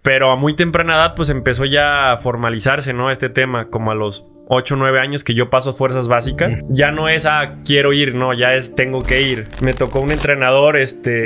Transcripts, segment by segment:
Pero a muy temprana edad pues empezó ya a formalizarse, ¿no? Este tema, como a los 8 o 9 años que yo paso fuerzas básicas. Ya no es, quiero ir, no, ya es, tengo que ir. Me tocó un entrenador,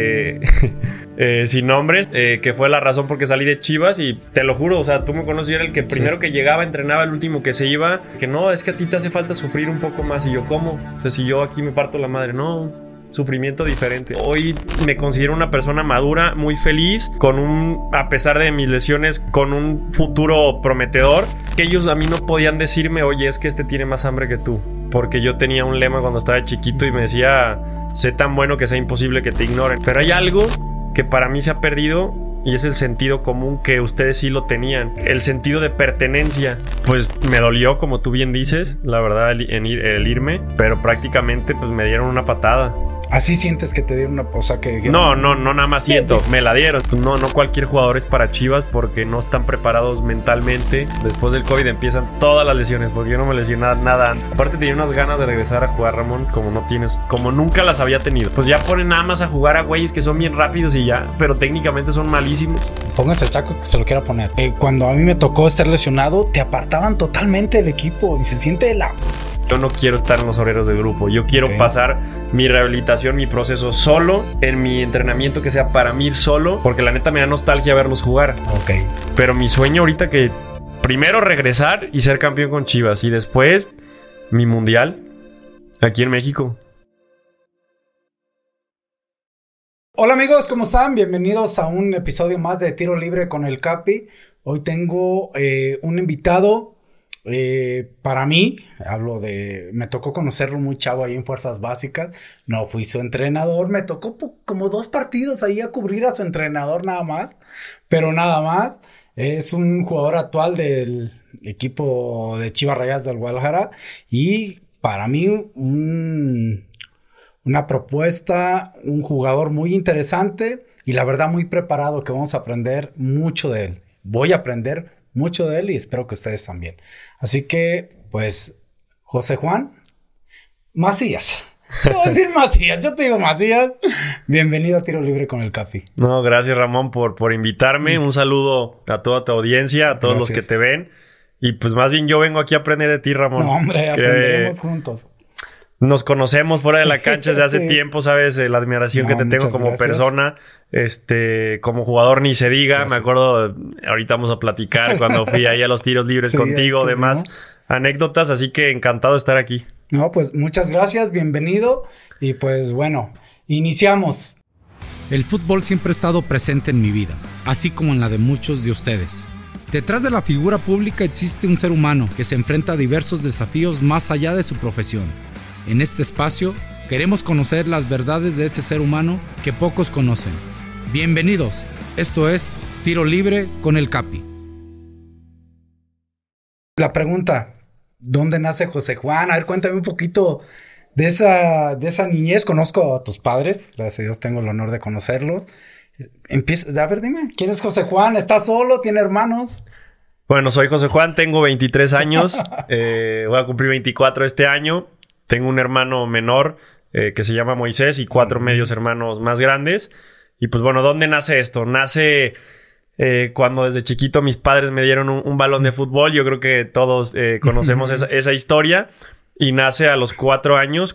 sin nombre, que fue la razón por que salí de Chivas y te lo juro, o sea, tú me conoces, yo era el que primero que llegaba, entrenaba, el último que se iba, que no, es que a ti te hace falta sufrir un poco más. Y yo, ¿cómo? O sea, si yo aquí me parto la madre, no... Sufrimiento diferente. Hoy me considero una persona madura, muy feliz, a pesar de mis lesiones, con un futuro prometedor. Que ellos a mí no podían decirme, oye, es que este tiene más hambre que tú. Porque yo tenía un lema cuando estaba chiquito y me decía, sé tan bueno que sea imposible que te ignoren. Pero hay algo que para mí se ha perdido y es el sentido común, que ustedes sí lo tenían. El sentido de pertenencia. Pues me dolió, como tú bien dices, la verdad, el irme. Pero prácticamente pues me dieron una patada. ¿Así sientes que te dieron una... O sea, que... No, nada más siento. Me la dieron. No cualquier jugador es para Chivas porque no están preparados mentalmente. Después del COVID empiezan todas las lesiones, porque yo no me lesioné nada. Aparte tenía unas ganas de regresar a jugar, Ramón, como nunca las había tenido. Pues ya ponen nada más a jugar a güeyes que son bien rápidos y ya, pero técnicamente son malísimos. Póngase el saco que se lo quiera poner. Cuando a mí me tocó estar lesionado, te apartaban totalmente del equipo y se siente la... Yo no quiero estar en los horarios del grupo. Yo quiero pasar mi rehabilitación, mi proceso solo, en mi entrenamiento que sea para mí solo, porque la neta me da nostalgia verlos jugar. Pero mi sueño ahorita que primero regresar y ser campeón con Chivas y después mi mundial aquí en México. Hola amigos, ¿cómo están? Bienvenidos a un episodio más de Tiro Libre con el Capi. Hoy tengo un invitado. Para mí, me tocó conocerlo muy chavo ahí en Fuerzas Básicas. No fui su entrenador, me tocó como 2 partidos ahí a cubrir a su entrenador nada más. Pero nada más, es un jugador actual del equipo de Chivas Rayadas del Guadalajara. Y para mí una propuesta, un jugador muy interesante y la verdad muy preparado, que vamos a aprender mucho de él. Voy a aprender mucho de él y espero que ustedes también. Así que, pues, José Juan Macías. Te voy a decir Macías, yo te digo Macías. Bienvenido a Tiro Libre con el Capi. No, gracias Ramón por invitarme. Un saludo a toda tu audiencia, a todos los que te ven. Y pues más bien yo vengo aquí a aprender de ti, Ramón. No, hombre, aprenderemos juntos. Nos conocemos fuera de la cancha desde hace tiempo, ¿sabes? La admiración que te tengo como persona. Como jugador ni se diga. Gracias. Me acuerdo, ahorita vamos a platicar cuando fui ahí a los tiros libres contigo, demás anécdotas. Así que encantado de estar aquí. No, pues muchas gracias, bienvenido. Y pues bueno, iniciamos. El fútbol siempre ha estado presente en mi vida, así como en la de muchos de ustedes. Detrás de la figura pública existe un ser humano que se enfrenta a diversos desafíos más allá de su profesión. En este espacio queremos conocer las verdades de ese ser humano que pocos conocen. Bienvenidos, esto es Tiro Libre con el Capi. La pregunta, ¿dónde nace José Juan? A ver, cuéntame un poquito de esa niñez. Conozco a tus padres, gracias a Dios tengo el honor de conocerlos. A ver, dime, ¿quién es José Juan? ¿Está solo? ¿Tiene hermanos? Bueno, soy José Juan, tengo 23 años, voy a cumplir 24 este año. Tengo un hermano menor que se llama Moisés y 4 medios hermanos más grandes. Y pues bueno, ¿dónde nace esto? Nace cuando desde chiquito mis padres me dieron un balón de fútbol. Yo creo que todos conocemos esa historia. Y nace a los 4 años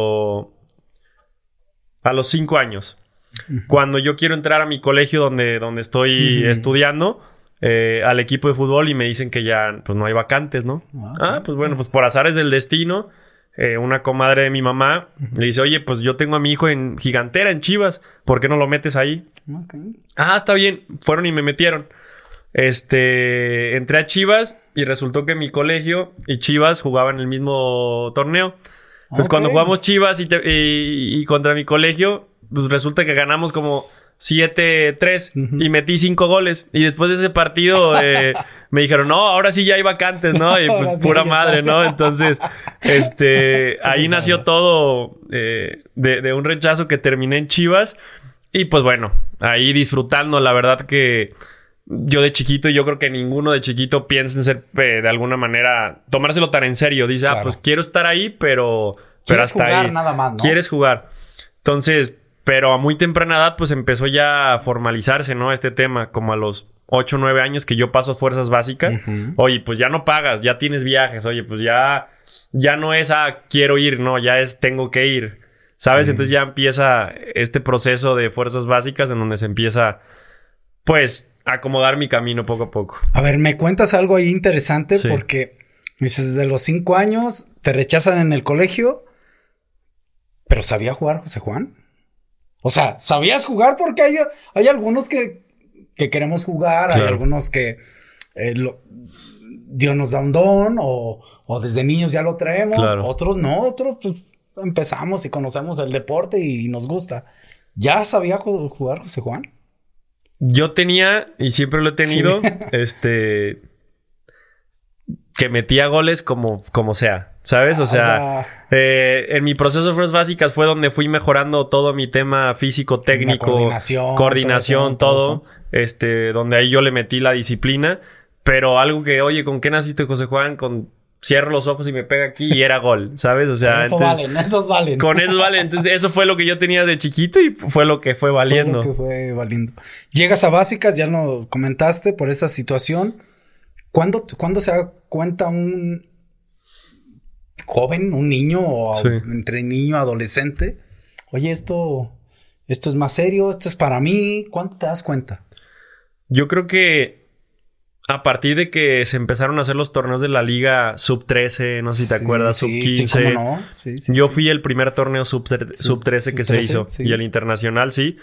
a los 5 años. Cuando yo quiero entrar a mi colegio donde estoy estudiando, al equipo de fútbol y me dicen que ya pues no hay vacantes, ¿no? Pues bueno, pues por azares del destino... una comadre de mi mamá le dice, oye, pues yo tengo a mi hijo en Gigantera, en Chivas, ¿por qué no lo metes ahí? Está bien. Fueron y me metieron. Entré a Chivas y resultó que mi colegio y Chivas jugaban el mismo torneo. Pues cuando jugamos Chivas y contra mi colegio, pues resulta que ganamos como 7-3 y metí 5 goles. Y después de ese partido me dijeron, no, ahora sí ya hay vacantes, ¿no? Y pues pura madre, ¿no? Entonces, ahí nació todo de un rechazo que terminé en Chivas. Y pues bueno, ahí disfrutando, la verdad que yo de chiquito, y yo creo que ninguno de chiquito piensa en ser de alguna manera, tomárselo tan en serio. Dice, pues quiero estar ahí, pero hasta jugar, ahí. Nada más, ¿no? Quieres jugar. Entonces... Pero a muy temprana edad, pues empezó ya a formalizarse, ¿no? Este tema, como a los 8 o 9 años que yo paso fuerzas básicas. Oye, pues ya no pagas, ya tienes viajes. Oye, pues ya no es, quiero ir, no, ya es, tengo que ir. ¿Sabes? Sí. Entonces ya empieza este proceso de fuerzas básicas en donde se empieza, pues, a acomodar mi camino poco a poco. A ver, me cuentas algo ahí interesante porque dices, desde los 5 años te rechazan en el colegio, pero ¿sabía jugar José Juan? O sea, ¿sabías jugar? Porque hay algunos que queremos jugar, claro. Hay algunos que Dios nos da un don o desde niños ya lo traemos, claro. Otros no, otros pues empezamos y conocemos el deporte y nos gusta. ¿Ya sabía jugar José Juan? Yo tenía, y siempre lo he tenido, que metía goles como sea, ¿sabes? O sea, en mi proceso de fuerzas básicas fue donde fui mejorando todo mi tema físico, técnico, coordinación, todo. Donde ahí yo le metí la disciplina. Pero algo que, oye, ¿con qué naciste, José Juan? Cierro los ojos y me pega aquí y era gol, ¿sabes? O sea, esos valen. Con esos valen. Entonces, eso fue lo que yo tenía de chiquito y fue lo que fue valiendo. Llegas a básicas, ya lo comentaste, por esa situación. ¿Cuándo se da cuenta un joven, un niño o entre niño y adolescente? Oye, esto es más serio, esto es para mí. ¿Cuándo te das cuenta? Yo creo que a partir de que se empezaron a hacer los torneos de la liga sub-13, no sé si te acuerdas, sub-15. Sí, ¿cómo no? Yo fui el primer torneo sub-13 que se hizo. Sí. Y el internacional, sí.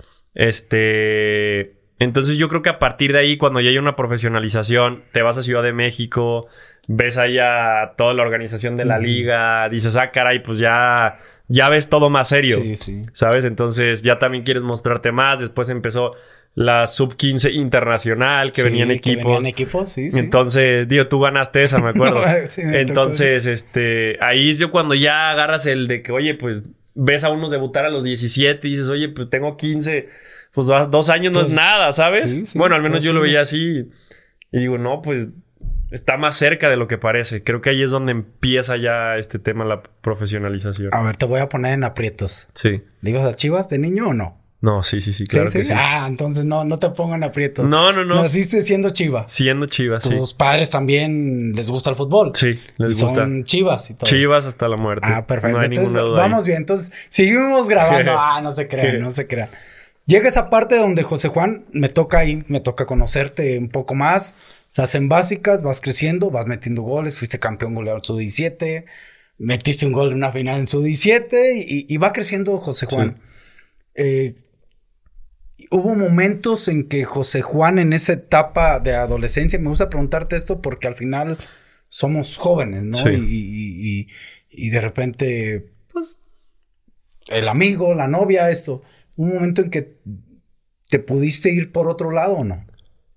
Entonces yo creo que a partir de ahí, cuando ya hay una profesionalización, te vas a Ciudad de México, ves ahí a toda la organización de la liga, dices, caray, pues ya ves todo más serio. Sí. ¿Sabes? Entonces ya también quieres mostrarte más. Después empezó la sub-15 internacional, que venían equipos. Sí. Entonces, tú ganaste esa, me acuerdo. Entonces, ahí es yo cuando ya agarras el de que, oye, pues, ves a unos debutar a los 17 y dices, oye, pues tengo 15, pues 2 años no es nada, ¿sabes? Bueno, al menos yo lo veía así. Y digo, no, pues, está más cerca de lo que parece. Creo que ahí es donde empieza ya este tema, la profesionalización. A ver, te voy a poner en aprietos. Sí. ¿Digo a Chivas de niño o no? No, sí, claro que sí. Entonces no te pongan aprietos. No. Naciste siendo Chiva. Siendo Chivas, sí. ¿Tus padres también les gusta el fútbol? Sí, les gusta. Son Chivas y todo. Chivas hasta la muerte. Perfecto. No hay entonces, ninguna duda vamos ahí. bien. Entonces, seguimos grabando. No se crean. Llega esa parte donde José Juan, me toca conocerte un poco más. Se hacen básicas, vas creciendo, vas metiendo goles. Fuiste campeón goleador en su 17. Metiste un gol en una final en su 17 y va creciendo José Juan. Sí. Hubo momentos en que José Juan, en esa etapa de adolescencia, me gusta preguntarte esto porque al final somos jóvenes, ¿no? Sí. Y de repente, pues, el amigo, la novia, esto. ¿Un momento en que te pudiste ir por otro lado o no?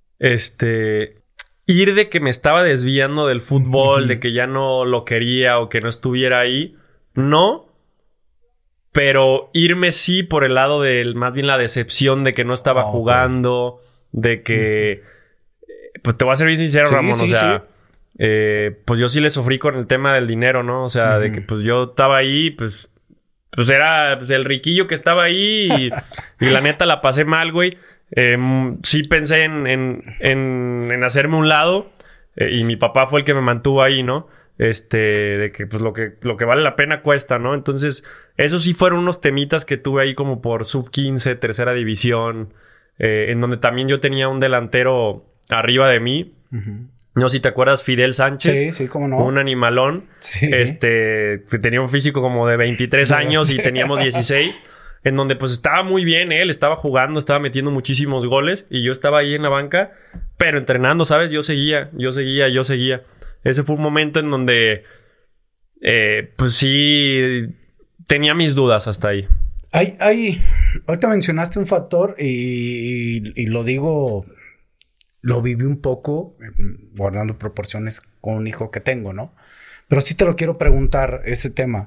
Ir de que me estaba desviando del fútbol, de que ya no lo quería o que no estuviera ahí, no. Pero irme sí por el lado de más bien la decepción de que no estaba jugando, de que... Pues te voy a ser bien sincero, Ramón, o sea... pues yo sí le sufrí con el tema del dinero, ¿no? O sea, de que pues yo estaba ahí, pues era el riquillo que estaba ahí y la neta la pasé mal, güey. Sí pensé en hacerme un lado y mi papá fue el que me mantuvo ahí, ¿no? De que pues lo que vale la pena cuesta, ¿no? Entonces, esos sí fueron unos temitas que tuve ahí como por sub-15, tercera división, en donde también yo tenía un delantero arriba de mí. No sé si te acuerdas, Fidel Sánchez. Sí, cómo no. Un animalón. Sí. Que tenía un físico como de 23 años y teníamos 16. En donde pues estaba muy bien él, estaba jugando, estaba metiendo muchísimos goles y yo estaba ahí en la banca, pero entrenando, ¿sabes? Yo seguía. Ese fue un momento en donde, pues sí, tenía mis dudas hasta ahí. Ahorita mencionaste un factor y lo digo, lo viví un poco, guardando proporciones con un hijo que tengo, ¿no? Pero sí te lo quiero preguntar, ese tema.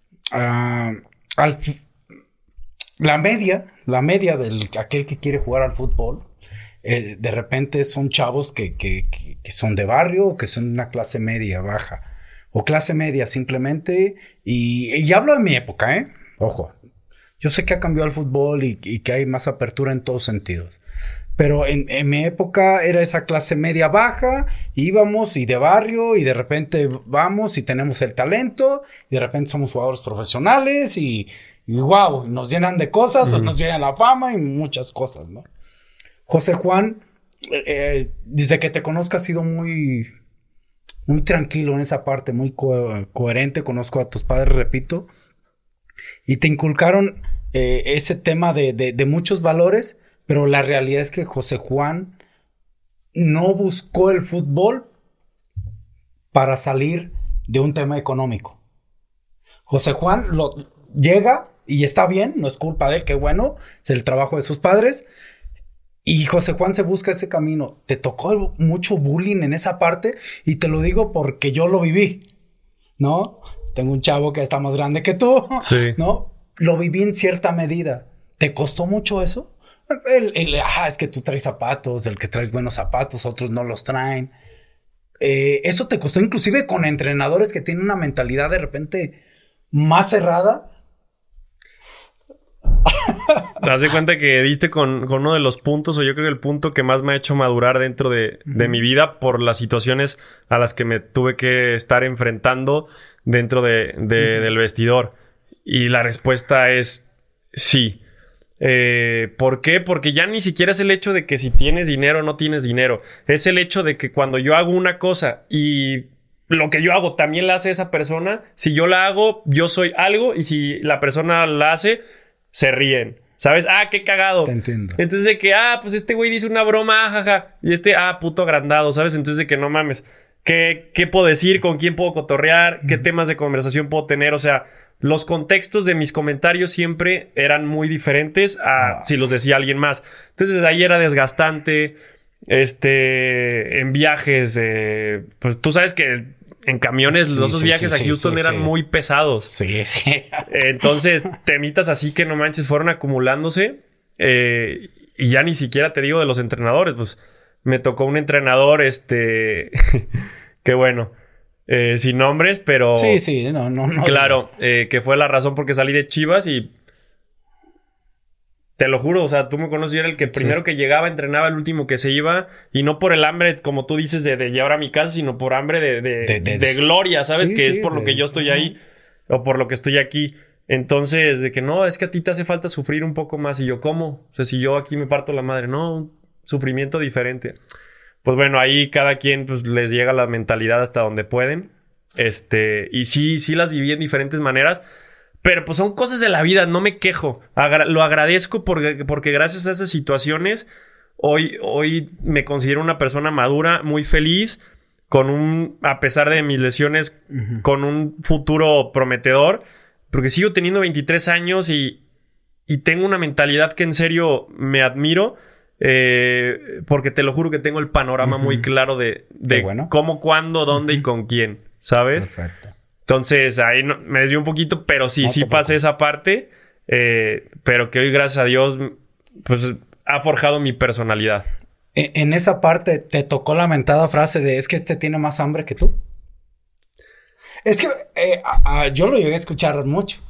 La media de aquel que quiere jugar al fútbol, de repente son chavos que son de barrio o que son una clase media baja o clase media simplemente y hablo de mi época, ojo, Yo sé que ha cambiado el fútbol y que hay más apertura en todos sentidos. Pero en mi época era esa clase media baja, íbamos y de barrio y de repente vamos y tenemos el talento y de repente somos jugadores profesionales y wow, nos llenan de cosas, nos viene la fama y muchas cosas, ¿no? José Juan, desde que te conozco has sido muy tranquilo en esa parte, muy coherente. Conozco a tus padres, repito, y te inculcaron ese tema de muchos valores, pero la realidad es que José Juan no buscó el fútbol para salir de un tema económico. José Juan llega y está bien, no es culpa de él, qué bueno, es el trabajo de sus padres. Y José Juan se busca ese camino. Te tocó mucho bullying en esa parte y te lo digo porque yo lo viví, ¿no? Tengo un chavo que está más grande que tú, sí, ¿no? Lo viví en cierta medida. ¿Te costó mucho eso? Es que tú traes zapatos, el que traes buenos zapatos, otros no los traen. ¿Eso te costó inclusive con entrenadores que tienen una mentalidad de repente más cerrada? Te das cuenta que diste con uno de los puntos, o yo creo que el punto que más me ha hecho madurar dentro de mi vida por las situaciones a las que me tuve que estar enfrentando dentro del vestidor. Y la respuesta es sí. ¿Por qué? Porque ya ni siquiera es el hecho de que si tienes dinero o no tienes dinero. Es el hecho de que cuando yo hago una cosa y lo que yo hago también la hace esa persona, si yo la hago, yo soy algo, y si la persona la hace, se ríen. ¿Sabes? Qué cagado. Te entiendo. Entonces de que, pues este güey dice una broma, jaja. Y puto agrandado, ¿sabes? Entonces de que no mames. ¿Qué puedo decir? ¿Con quién puedo cotorrear? ¿Qué temas de conversación puedo tener? O sea, los contextos de mis comentarios siempre eran muy diferentes a si los decía alguien más. Entonces ahí era desgastante. En viajes, pues tú sabes que en camiones los viajes a Houston eran muy pesados. Sí. Entonces, temitas así que no manches fueron acumulándose. Y ya ni siquiera te digo de los entrenadores. Pues me tocó un entrenador, que bueno, sin nombres, pero... Sí, no. Claro, que fue la razón por que salí de Chivas y... Te lo juro, o sea, tú me conoces, yo era el que primero que llegaba, entrenaba, el último que se iba. Y no por el hambre, como tú dices, de llevar a mi casa, sino por hambre de gloria, ¿sabes? Que es por lo que yo estoy ahí o por lo que estoy aquí. Entonces, de que no, es que a ti te hace falta sufrir un poco más. Y yo, ¿cómo? O sea, si yo aquí me parto la madre. No, un sufrimiento diferente. Pues bueno, ahí cada quien pues les llega la mentalidad hasta donde pueden. Y sí las viví en diferentes maneras. Pero pues son cosas de la vida, no me quejo. Lo agradezco porque gracias a esas situaciones hoy me considero una persona madura, muy feliz, a pesar de mis lesiones, con un futuro prometedor. Porque sigo teniendo 23 años y tengo una mentalidad que en serio me admiro. Porque te lo juro que tengo el panorama muy claro de cómo, cuándo, dónde y con quién, ¿sabes? Perfecto. Entonces, ahí me desvió un poquito, pero sí pasé esa parte. Pero que hoy, gracias a Dios, pues ha forjado mi personalidad. En esa parte, ¿te tocó la mentada frase de es que tiene más hambre que tú? Es que yo lo llegué a escuchar mucho.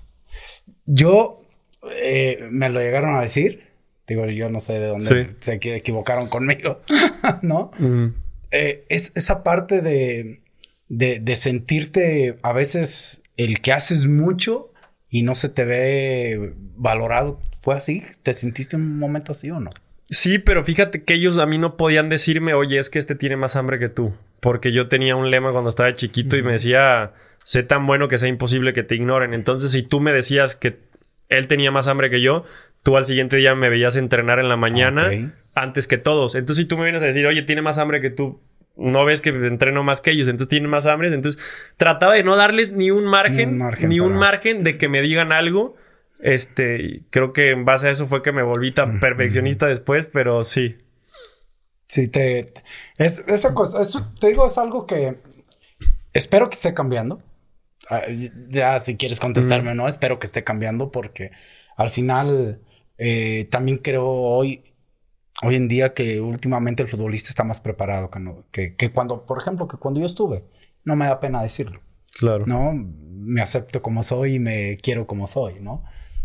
Me lo llegaron a decir. Digo, yo no sé de dónde se equivocaron conmigo, ¿no? Es esa parte de sentirte a veces el que haces mucho y no se te ve valorado. ¿Fue así? ¿Te sentiste un momento así o no? Sí, pero fíjate que ellos a mí no podían decirme, oye, es que tiene más hambre que tú. Porque yo tenía un lema cuando estaba chiquito y me decía, sé tan bueno que sea imposible que te ignoren. Entonces, si tú me decías que él tenía más hambre que yo, tú al siguiente día me veías entrenar en la mañana antes que todos. Entonces, si tú me vienes a decir, oye, tiene más hambre que tú, no ves que entreno más que ellos, entonces tienen más hambre. Entonces trataba de no darles ni un margen de que me digan algo. Creo que en base a eso fue que me volví tan perfeccionista después, pero sí. Sí, esa cosa, eso, te digo, es algo que espero que esté cambiando. Ya si quieres contestarme o no, espero que esté cambiando porque al final también creo hoy en día que últimamente el futbolista está más preparado que cuando, por ejemplo, que cuando yo estuve. No me da pena decirlo. Claro. ¿No? Me acepto como soy y me quiero como soy, ¿no?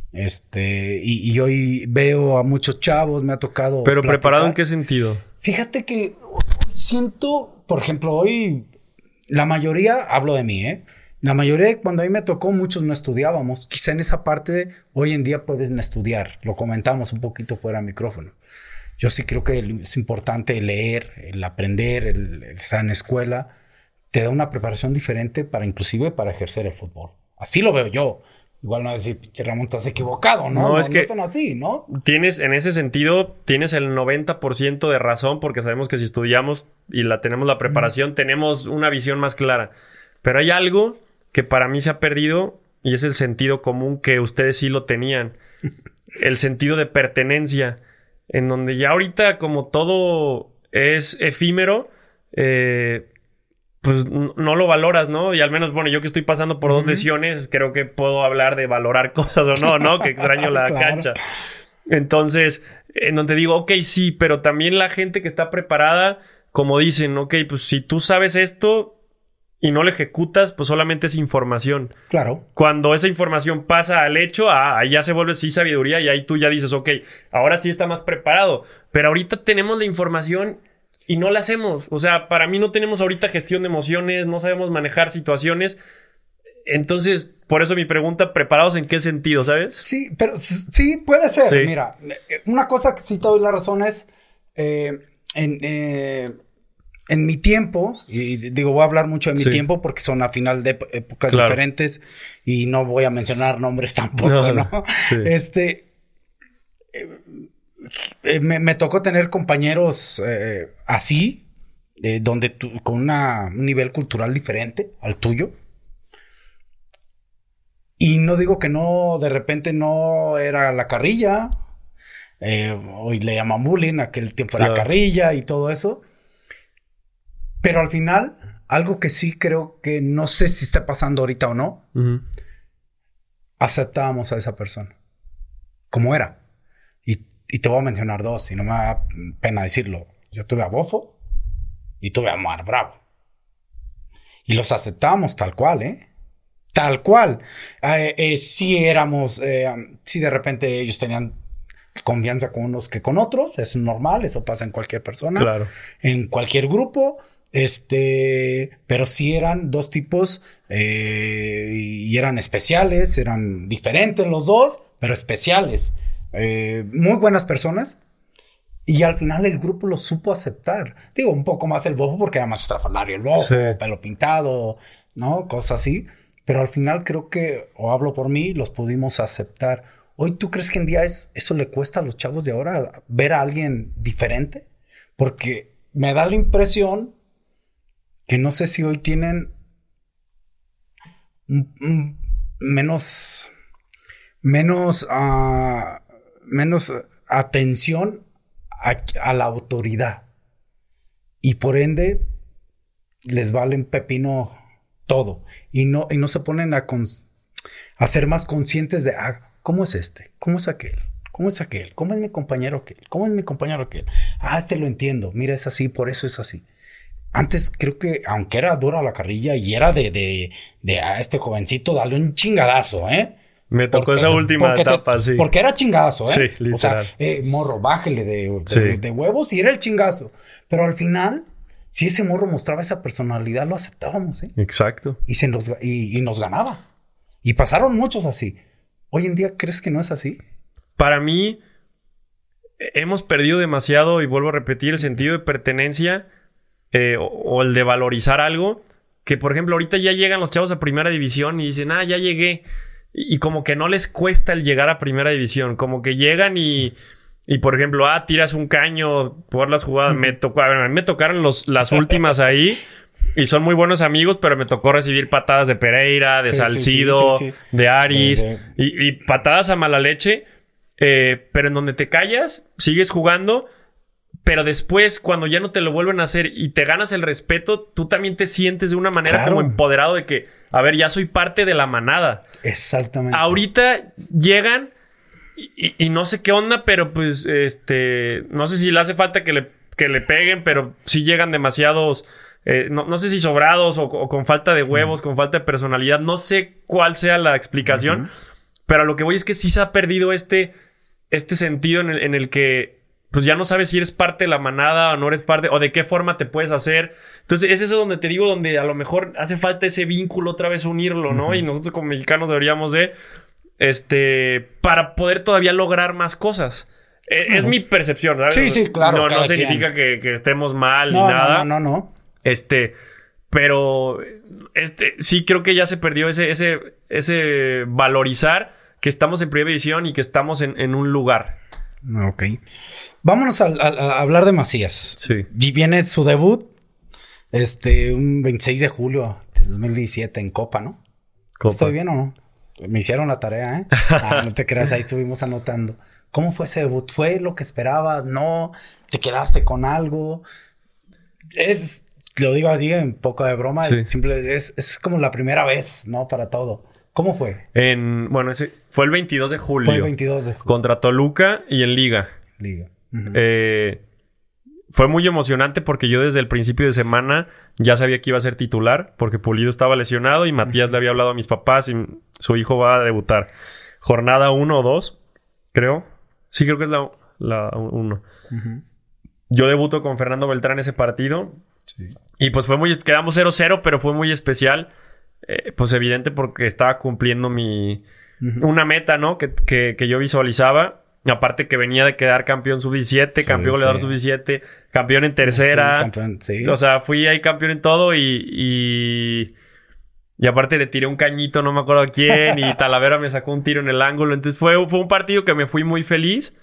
Y hoy veo a muchos chavos, me ha tocado ¿Pero platicar. preparado en qué sentido? Fíjate que siento, por ejemplo, hoy la mayoría, hablo de mí, la mayoría cuando a mí me tocó, muchos no estudiábamos. Quizá en esa parte hoy en día pueden estudiar. Lo comentamos un poquito fuera de micrófono. Yo sí creo que es importante leer, el aprender, el estar en escuela. Te da una preparación diferente inclusive para ejercer el fútbol. Así lo veo yo. Igual no vas a decir, pinche Ramón, estás equivocado, ¿no? No, es que no están así, ¿no? En ese sentido, tienes el 90% de razón, porque sabemos que si estudiamos y tenemos la preparación, tenemos una visión más clara. Pero hay algo que para mí se ha perdido y es el sentido común que ustedes sí lo tenían. El sentido de pertenencia, en donde ya ahorita como todo es efímero, pues no lo valoras, ¿no? Y al menos, bueno, yo que estoy pasando por 2 lesiones, creo que puedo hablar de valorar cosas o no, ¿no? Que extraño la cancha. Entonces, en donde digo, ok, sí, pero también la gente que está preparada, como dicen, ok, pues si tú sabes esto y no lo ejecutas, pues solamente es información. Claro. Cuando esa información pasa al hecho, ahí ya se vuelve sí sabiduría y ahí tú ya dices, ok, ahora sí está más preparado. Pero ahorita tenemos la información y no la hacemos. O sea, para mí no tenemos ahorita gestión de emociones, no sabemos manejar situaciones. Entonces, por eso mi pregunta, ¿preparados en qué sentido, sabes? Sí, pero sí puede ser. Sí. Mira, una cosa que sí te doy la razón es, en mi tiempo, y digo, voy a hablar mucho de mi tiempo porque son a final de épocas diferentes y no voy a mencionar nombres tampoco, ¿no? Sí. Me tocó tener compañeros así, donde con un nivel cultural diferente al tuyo. Y no digo que no, de repente no era la carrilla. Hoy le llaman bullying, aquel tiempo era carrilla y todo eso. Pero al final, algo que sí creo que no sé si está pasando ahorita o no, aceptábamos a esa persona como era. Y te voy a mencionar 2, y no me da pena decirlo. Yo tuve a Bofo y tuve a Mar Bravo. Y los aceptábamos tal cual, Tal cual. Sí éramos, sí de repente ellos tenían confianza con unos que con otros. Es normal, eso pasa en cualquier persona. Claro. En cualquier grupo. Pero sí eran 2 tipos y eran especiales, eran diferentes los 2, pero especiales. Muy buenas personas. Y al final el grupo lo supo aceptar. Digo, un poco más el Bofo porque era más estrafalario el Bofo, pelo pintado, ¿no? Cosas así. Pero al final creo que, o hablo por mí, los pudimos aceptar. ¿Hoy tú crees que en día eso le cuesta a los chavos de ahora ver a alguien diferente? Porque me da la impresión que no sé si hoy tienen menos atención a la autoridad. Y por ende les vale un pepino todo. Y no se ponen a ser más conscientes de ¿cómo es este? ¿Cómo es aquel? ¿Cómo es aquel? ¿Cómo es mi compañero aquel? ¿Cómo es mi compañero aquel? Lo entiendo. Mira, es así, por eso es así. Antes creo que, aunque era dura la carrilla y era de a este jovencito darle un chingadazo, Me tocó esa última etapa, sí. Porque era chingazo, Sí, literal. O sea, morro, bájele de huevos y era el chingazo. Pero al final, si ese morro mostraba esa personalidad, lo aceptábamos, Exacto. Y nos ganaba. Y pasaron muchos así. Hoy en día, ¿crees que no es así? Para mí, hemos perdido demasiado, y vuelvo a repetir, el sentido de pertenencia o el de valorizar algo. Que, por ejemplo, ahorita ya llegan los chavos a primera división y dicen, ya llegué. Y como que no les cuesta el llegar a primera división. Como que llegan y por ejemplo, tiras un caño por las jugadas. Me tocaron las últimas ahí. Y son muy buenos amigos, pero me tocó recibir patadas de Pereira, de Salcido, de Aris. Y patadas a mala leche. Pero en donde te callas, sigues jugando. Pero después, cuando ya no te lo vuelven a hacer y te ganas el respeto, tú también te sientes de una manera como empoderado de que, a ver, ya soy parte de la manada. Exactamente. Ahorita llegan y no sé qué onda, pero pues, no sé si le hace falta que le peguen, pero sí llegan demasiados, no sé si sobrados o con falta de huevos, con falta de personalidad. No sé cuál sea la explicación, Pero a lo que voy es que sí se ha perdido este sentido en el que pues ya no sabes si eres parte de la manada o no eres parte, o de qué forma te puedes hacer. Entonces es eso donde te digo, donde a lo mejor hace falta ese vínculo otra vez unirlo, ¿no? Y nosotros como mexicanos deberíamos de, para poder todavía lograr más cosas. Es mi percepción, ¿sabes? Sí, claro. No significa que estemos mal ni nada. No. Pero sí creo que ya se perdió ese valorizar que estamos en primera división y que estamos en un lugar. Ok. Vámonos a hablar de Macías. Sí. Y viene su debut, un 26 de julio de 2017 en Copa, ¿no? Copa. ¿Estoy bien o no? Me hicieron la tarea, ¿eh? No te creas, ahí estuvimos anotando. ¿Cómo fue ese debut? ¿Fue lo que esperabas? ¿No? ¿Te quedaste con algo? Lo digo así en poco de broma, sí. Es como la primera vez, ¿no? Para todo. ¿Cómo fue? Ese fue el 22 de julio. Fue el 22 de julio. Contra Toluca y en Liga. Uh-huh. Fue muy emocionante porque yo desde el principio de semana ya sabía que iba a ser titular porque Pulido estaba lesionado y Matías le había hablado a mis papás y su hijo va a debutar. Jornada 1 o 2, creo. Sí, creo que es la 1. Uh-huh. Yo debuto con Fernando Beltrán ese partido. Sí. Y pues quedamos 0-0, pero fue muy especial. Pues evidente porque estaba cumpliendo una meta, ¿no? Que yo visualizaba. Aparte que venía de quedar campeón sub-17, campeón goleador sub-17, campeón en tercera. Sí, campeón, sí. O sea, fui ahí campeón en todo y aparte le tiré un cañito, no me acuerdo a quién, y Talavera me sacó un tiro en el ángulo. Entonces fue un partido que me fui muy feliz.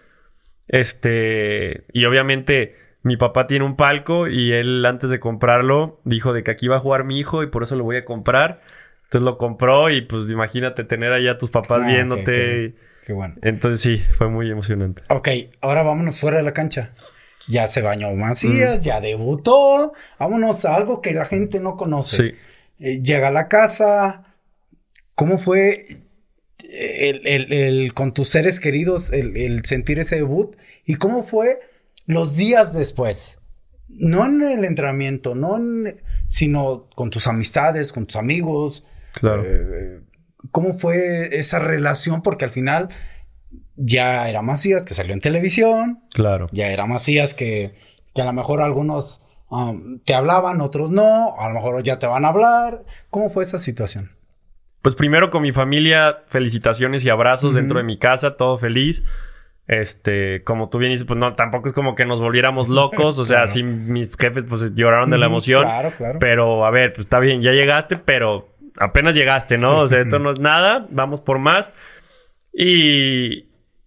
Y obviamente mi papá tiene un palco y él antes de comprarlo dijo de que aquí va a jugar mi hijo y por eso lo voy a comprar. Entonces lo compró y pues imagínate tener ahí a tus papás viéndote. Okay. Qué bueno. Entonces sí, fue muy emocionante. Ok, ahora vámonos fuera de la cancha. Ya se bañó Macías, ya debutó. Vámonos a algo que la gente no conoce. Sí. Llega a la casa. ¿Cómo fue el con tus seres queridos, el sentir ese debut? ¿Y cómo fue los días después? No en el entrenamiento, sino con tus amistades, con tus amigos. Claro. ¿Cómo fue esa relación? Porque al final ya era Macías que salió en televisión. Claro. Ya era Macías que a lo mejor algunos te hablaban, otros no. A lo mejor ya te van a hablar. ¿Cómo fue esa situación? Pues primero con mi familia, felicitaciones y abrazos dentro de mi casa, todo feliz. Como tú bien dices, pues no, tampoco es como que nos volviéramos locos. O sea, claro. Sí, mis jefes pues lloraron de la emoción. Claro. Pero a ver, pues está bien, ya llegaste, pero apenas llegaste, ¿no? O sea, esto no es nada, vamos por más. Y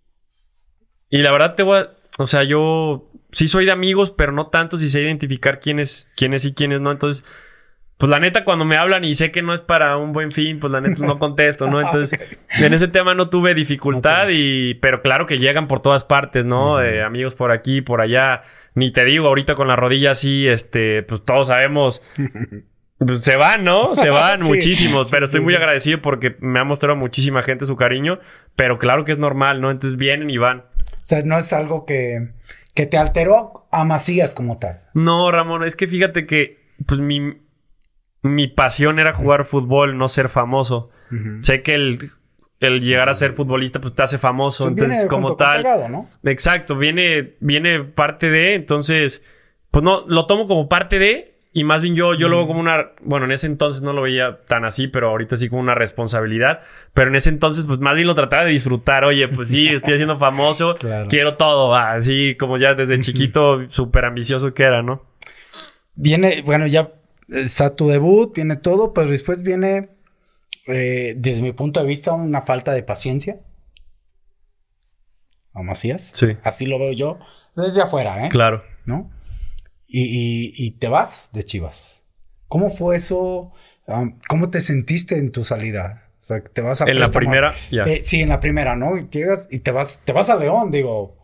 la verdad o sea, yo sí soy de amigos, pero no tanto, si sé identificar quiénes sí, quiénes no. Entonces, pues la neta, cuando me hablan y sé que no es para un buen fin, pues la neta no contesto, ¿no? Entonces, en ese tema no tuve dificultad, pero claro que llegan por todas partes, ¿no? Amigos por aquí, por allá. Ni te digo, ahorita con la rodilla así, pues todos sabemos. Se van, ¿no? Se van sí, muchísimos, pero estoy muy agradecido porque me ha mostrado muchísima gente su cariño, pero claro que es normal, ¿no? Entonces vienen y van. O sea, no es algo que te alteró a Macías como tal. No, Ramón, es que fíjate que pues mi pasión era jugar fútbol, no ser famoso. Sé que el llegar a ser futbolista pues te hace famoso, entonces como tal. Pegado, ¿no? Exacto, viene parte de, entonces pues no, lo tomo como parte de. Y más bien yo lo veo como bueno, en ese entonces no lo veía tan así, pero ahorita sí como una responsabilidad. Pero en ese entonces, pues más bien lo trataba de disfrutar. Oye, pues sí, estoy haciendo famoso, claro. Quiero todo. Así como ya desde chiquito, súper ambicioso que era, ¿no? Bueno, ya está tu debut, viene todo, pero después viene, desde mi punto de vista, una falta de paciencia. ¿A Macías? Sí. Así lo veo yo desde afuera, ¿eh? Claro. ¿No? Y te vas de Chivas. ¿Cómo fue eso? ¿Cómo te sentiste en tu salida? O sea, te vas a en préstamo. La primera, ya. Sí, en la primera, ¿no? Llegas y te vas a León, digo.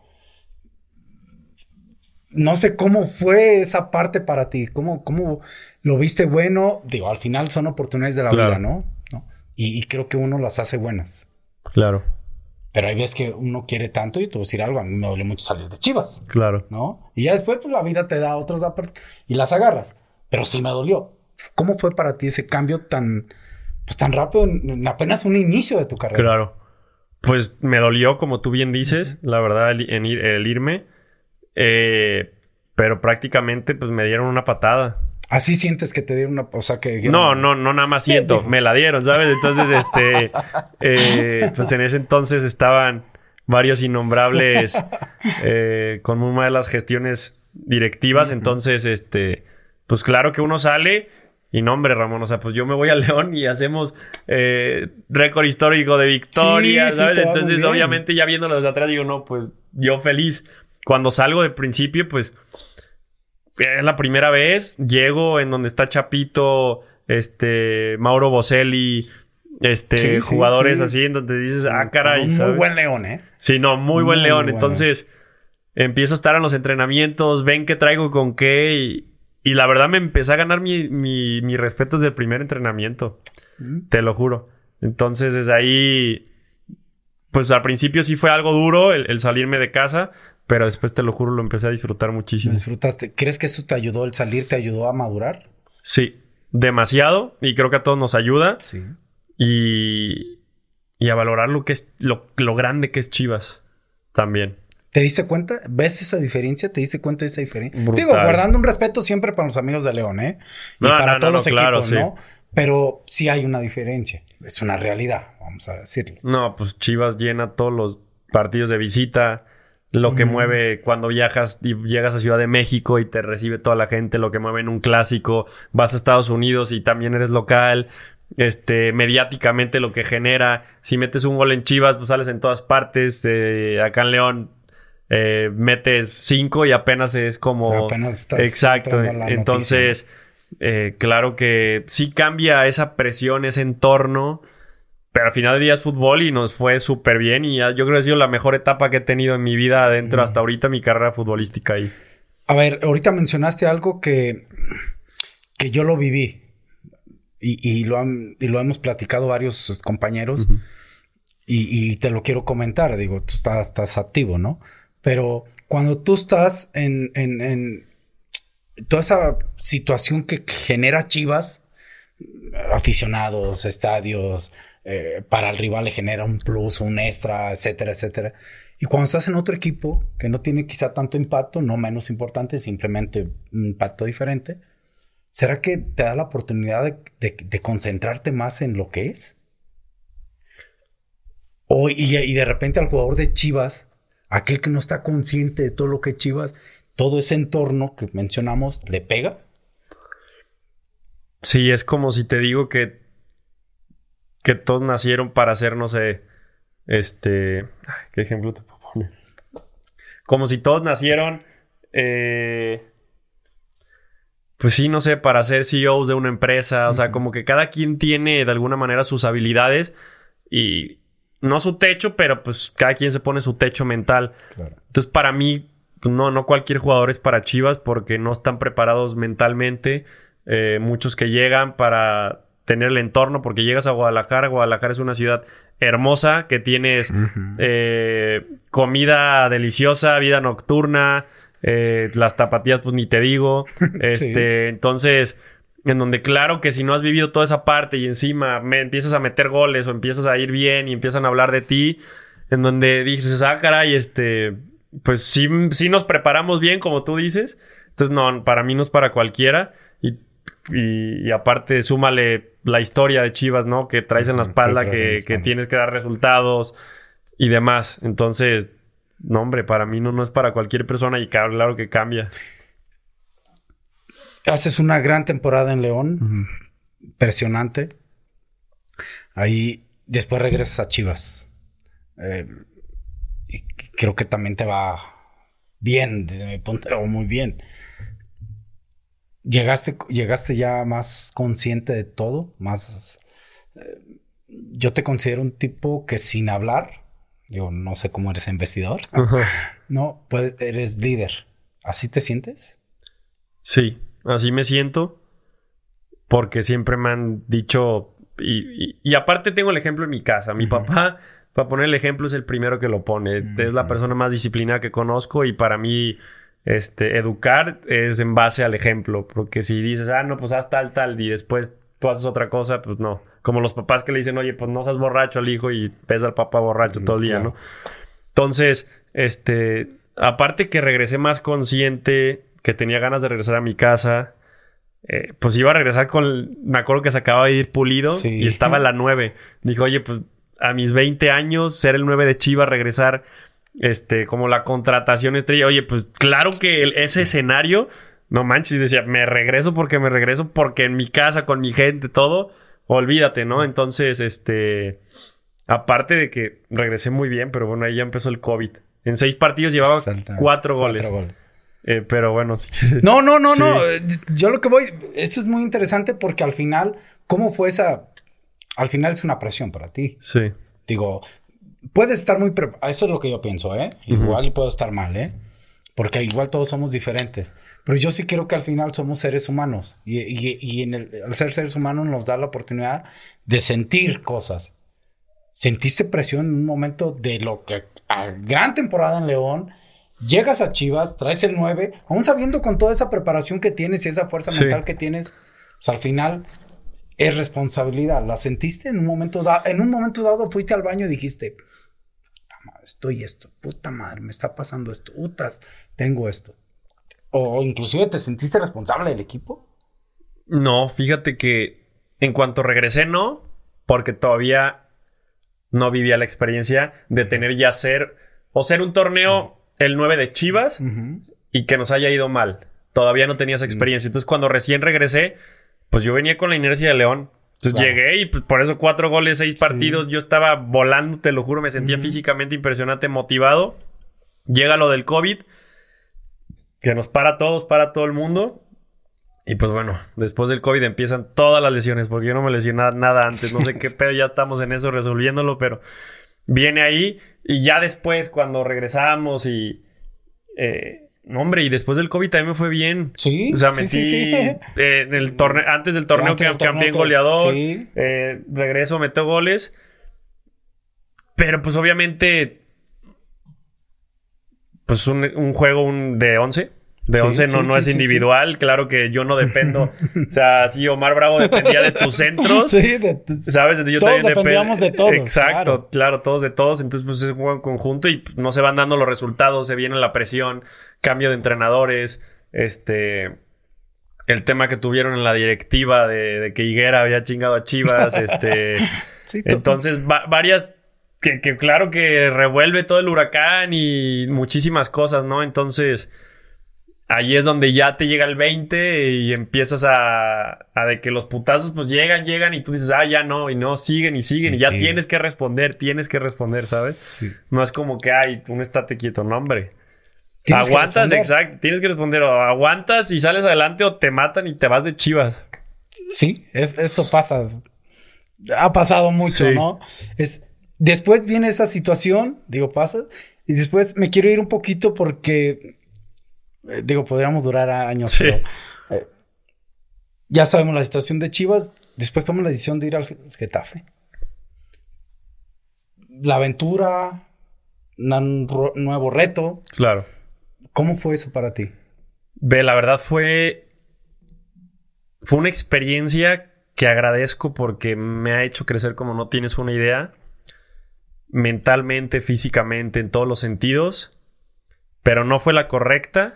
No sé cómo fue esa parte para ti. ¿Cómo lo viste bueno? Digo, al final son oportunidades de la vida, ¿no? Y creo que uno las hace buenas. Claro. Pero hay veces que uno quiere tanto y te voy a decir algo. A mí me dolió mucho salir de Chivas. Claro. ¿No? Y ya después, pues, la vida te da otras y las agarras. Pero sí me dolió. ¿Cómo fue para ti ese cambio tan rápido en apenas un inicio de tu carrera? Claro. Pues me dolió, como tú bien dices, la verdad, el irme. Pero prácticamente, pues me dieron una patada. ¿Así sientes que te dieron una... O sea, que... No, nada más siento. Me la dieron, ¿sabes? Entonces, pues en ese entonces estaban varios innombrables con muy malas gestiones directivas. Entonces, pues claro que uno sale y no, hombre, Ramón, o sea, pues yo me voy a León y hacemos récord histórico de victorias, ¿sabes? Entonces, obviamente, ya viéndolo desde atrás, digo, no, pues yo feliz. Cuando salgo de principio, pues es la primera vez. Llego en donde está Chapito, Mauro Boselli, jugadores así, en donde dices, caray. Un muy buen León, ¿eh? Sí, no, muy buen León. Entonces, empiezo a estar en los entrenamientos, ven qué traigo con qué, y la verdad me empecé a ganar mi respeto desde el primer entrenamiento. Te lo juro. Entonces, desde ahí, pues al principio sí fue algo duro el salirme de casa. Pero después, te lo juro, lo empecé a disfrutar muchísimo. ¿Disfrutaste? ¿Crees que eso te ayudó, el salir te ayudó a madurar? Sí, demasiado. Y creo que a todos nos ayuda. Sí. Y a valorar lo que es lo grande que es Chivas también. ¿Te diste cuenta? ¿Ves esa diferencia? ¿Te diste cuenta de esa diferencia? Brutal. Digo, guardando un respeto siempre para los amigos de León, ¿eh? Y para todos los equipos, sí. ¿no? Pero sí hay una diferencia. Es una realidad, vamos a decirlo. No, pues Chivas llena todos los partidos de visita. Lo que mueve cuando viajas y llegas a Ciudad de México y te recibe toda la gente, lo que mueve en un clásico, vas a Estados Unidos y también eres local, mediáticamente lo que genera, si metes un gol en Chivas, pues sales en todas partes, acá en León metes 5 y apenas es como... Apenas estás... Exacto, entonces claro que sí cambia esa presión, ese entorno. Pero al final del día es fútbol y nos fue súper bien. Y yo creo que ha sido la mejor etapa que he tenido en mi vida adentro hasta ahorita, mi carrera futbolística ahí. A ver, ahorita mencionaste algo que yo lo viví. Y lo hemos platicado varios compañeros. Y te lo quiero comentar. Digo, tú estás activo, ¿no? Pero cuando tú estás en toda esa situación que genera Chivas, aficionados, estadios... para el rival le genera un plus, un extra, etcétera, etcétera. Y cuando estás en otro equipo que no tiene quizá tanto impacto, no menos importante, simplemente un impacto diferente, ¿será que te da la oportunidad de concentrarte más en lo que es? Y de repente al jugador de Chivas, aquel que no está consciente de todo lo que es Chivas, todo ese entorno que mencionamos, ¿le pega? Sí, es como si te digo que todos nacieron para ser, no sé, ¿qué ejemplo te puedo poner? Como si todos nacieron, pues sí, no sé, para ser CEOs de una empresa. O sea, como que cada quien tiene de alguna manera sus habilidades y no su techo, pero pues cada quien se pone su techo mental. Claro. Entonces, para mí, pues no cualquier jugador es para Chivas porque no están preparados mentalmente. Muchos que llegan para tener el entorno, porque llegas a Guadalajara. Guadalajara es una ciudad hermosa, que tienes comida deliciosa, vida nocturna, las tapatías, pues ni te digo. Sí. Entonces, en donde claro que si no has vivido toda esa parte y encima empiezas a meter goles o empiezas a ir bien y empiezan a hablar de ti, en donde dices, caray, pues sí nos preparamos bien, como tú dices. Entonces, no, para mí no es para cualquiera. Y aparte, súmale la historia de Chivas, ¿no? Que traes en la espalda, que tienes que dar resultados y demás. Entonces, no, hombre, para mí no es para cualquier persona y claro que cambia. Haces una gran temporada en León. Impresionante. Ahí, después regresas a Chivas. Y creo que también te va bien, desde mi punto de vista, muy bien. ¿Llegaste ya más consciente de todo? Más... yo te considero un tipo que sin hablar, digo, no sé cómo eres investigador, no, pues eres líder. ¿Así te sientes? Sí, así me siento, porque siempre me han dicho, y aparte tengo el ejemplo en mi casa. Mi papá, para poner el ejemplo, es el primero que lo pone. Es la persona más disciplinada que conozco y para mí... educar es en base al ejemplo, porque si dices, no, pues haz tal, y después tú haces otra cosa, pues no. Como los papás que le dicen, oye, pues no seas borracho al hijo y ves al papá borracho todo el día, ¿no? Entonces, aparte que regresé más consciente, que tenía ganas de regresar a mi casa, pues iba a regresar me acuerdo que se acababa de ir Pulido y estaba en la 9. Dijo, oye, pues a mis 20 años, ser el 9 de Chivas, regresar, como la contratación estrella. Oye, pues claro que ese escenario, no manches, y decía, me regreso porque en mi casa, con mi gente, todo, olvídate, ¿no? Entonces, aparte de que regresé muy bien, pero bueno, ahí ya empezó el COVID. En 6 partidos llevaba 4 goles. Pero bueno, sí. No. Yo lo que voy... Esto es muy interesante porque al final, ¿cómo fue esa...? Al final es una presión para ti. Sí. Digo, puedes estar muy preparado. Eso es lo que yo pienso, ¿eh? Igual puedo estar mal, ¿eh? Porque igual todos somos diferentes. Pero yo sí creo que al final somos seres humanos. Y al ser seres humanos nos da la oportunidad de sentir cosas. ¿Sentiste presión en un momento de lo que... a gran temporada en León... Llegas a Chivas, traes el 9, aún sabiendo con toda esa preparación que tienes y esa fuerza mental que tienes, pues al final es responsabilidad. ¿La sentiste en un momento dado? En un momento dado fuiste al baño y dijiste, puta madre, estoy esto, puta madre, me está pasando esto, putas, tengo esto. O inclusive te sentiste responsable del equipo. No, fíjate que en cuanto regresé no, porque todavía no vivía la experiencia de tener ya ser un torneo... el 9 de Chivas y que nos haya ido mal. Todavía no tenía esa experiencia. Entonces, cuando recién regresé, pues yo venía con la inercia de León. Entonces llegué y pues, por eso 4 goles, 6 partidos. Yo estaba volando, te lo juro. Me sentía físicamente impresionante, motivado. Llega lo del COVID, que nos para a todos, para a todo el mundo. Y pues bueno, después del COVID empiezan todas las lesiones, porque yo no me lesioné nada antes. No sé qué pedo, ya estamos en eso resolviéndolo, pero viene ahí. Y ya después, cuando regresamos y... no, hombre, y después del COVID también me fue bien. Sí. O sea, metí en el torneo... Antes del torneo que campeón goleador. Sí. Regreso, meto goles. Pero pues obviamente... Pues un juego de 11. De 11 no es individual. Claro que yo no dependo. O sea, sí, Omar Bravo dependía de tus centros. Sí, ¿sabes? Yo todos dependíamos de todos. Exacto, claro, todos de todos. Entonces, pues es un juego en conjunto y no se van dando los resultados. Se viene la presión, cambio de entrenadores. El tema que tuvieron en la directiva de que Higuera había chingado a Chivas. Entonces, varias... Que claro que revuelve todo el huracán y muchísimas cosas, ¿no? Entonces... ahí es donde ya te llega el 20 y empiezas a de que los putazos pues llegan y tú dices, ya no, y no, siguen y ya tienes que responder, ¿sabes? Sí. No es como que, un estate quieto, no, hombre. Aguantas, exacto, tienes que responder, o aguantas y sales adelante o te matan y te vas de Chivas. Sí, eso pasa. Ha pasado mucho, ¿no? Después viene esa situación, pasa, y después me quiero ir un poquito porque... podríamos durar años, sí. Pero ya sabemos la situación de Chivas. Después toman la decisión de ir al Getafe. La aventura, un nuevo reto. Claro. ¿Cómo fue eso para ti? La verdad fue una experiencia que agradezco porque me ha hecho crecer como no tienes una idea. Mentalmente, físicamente, en todos los sentidos. Pero no fue la correcta.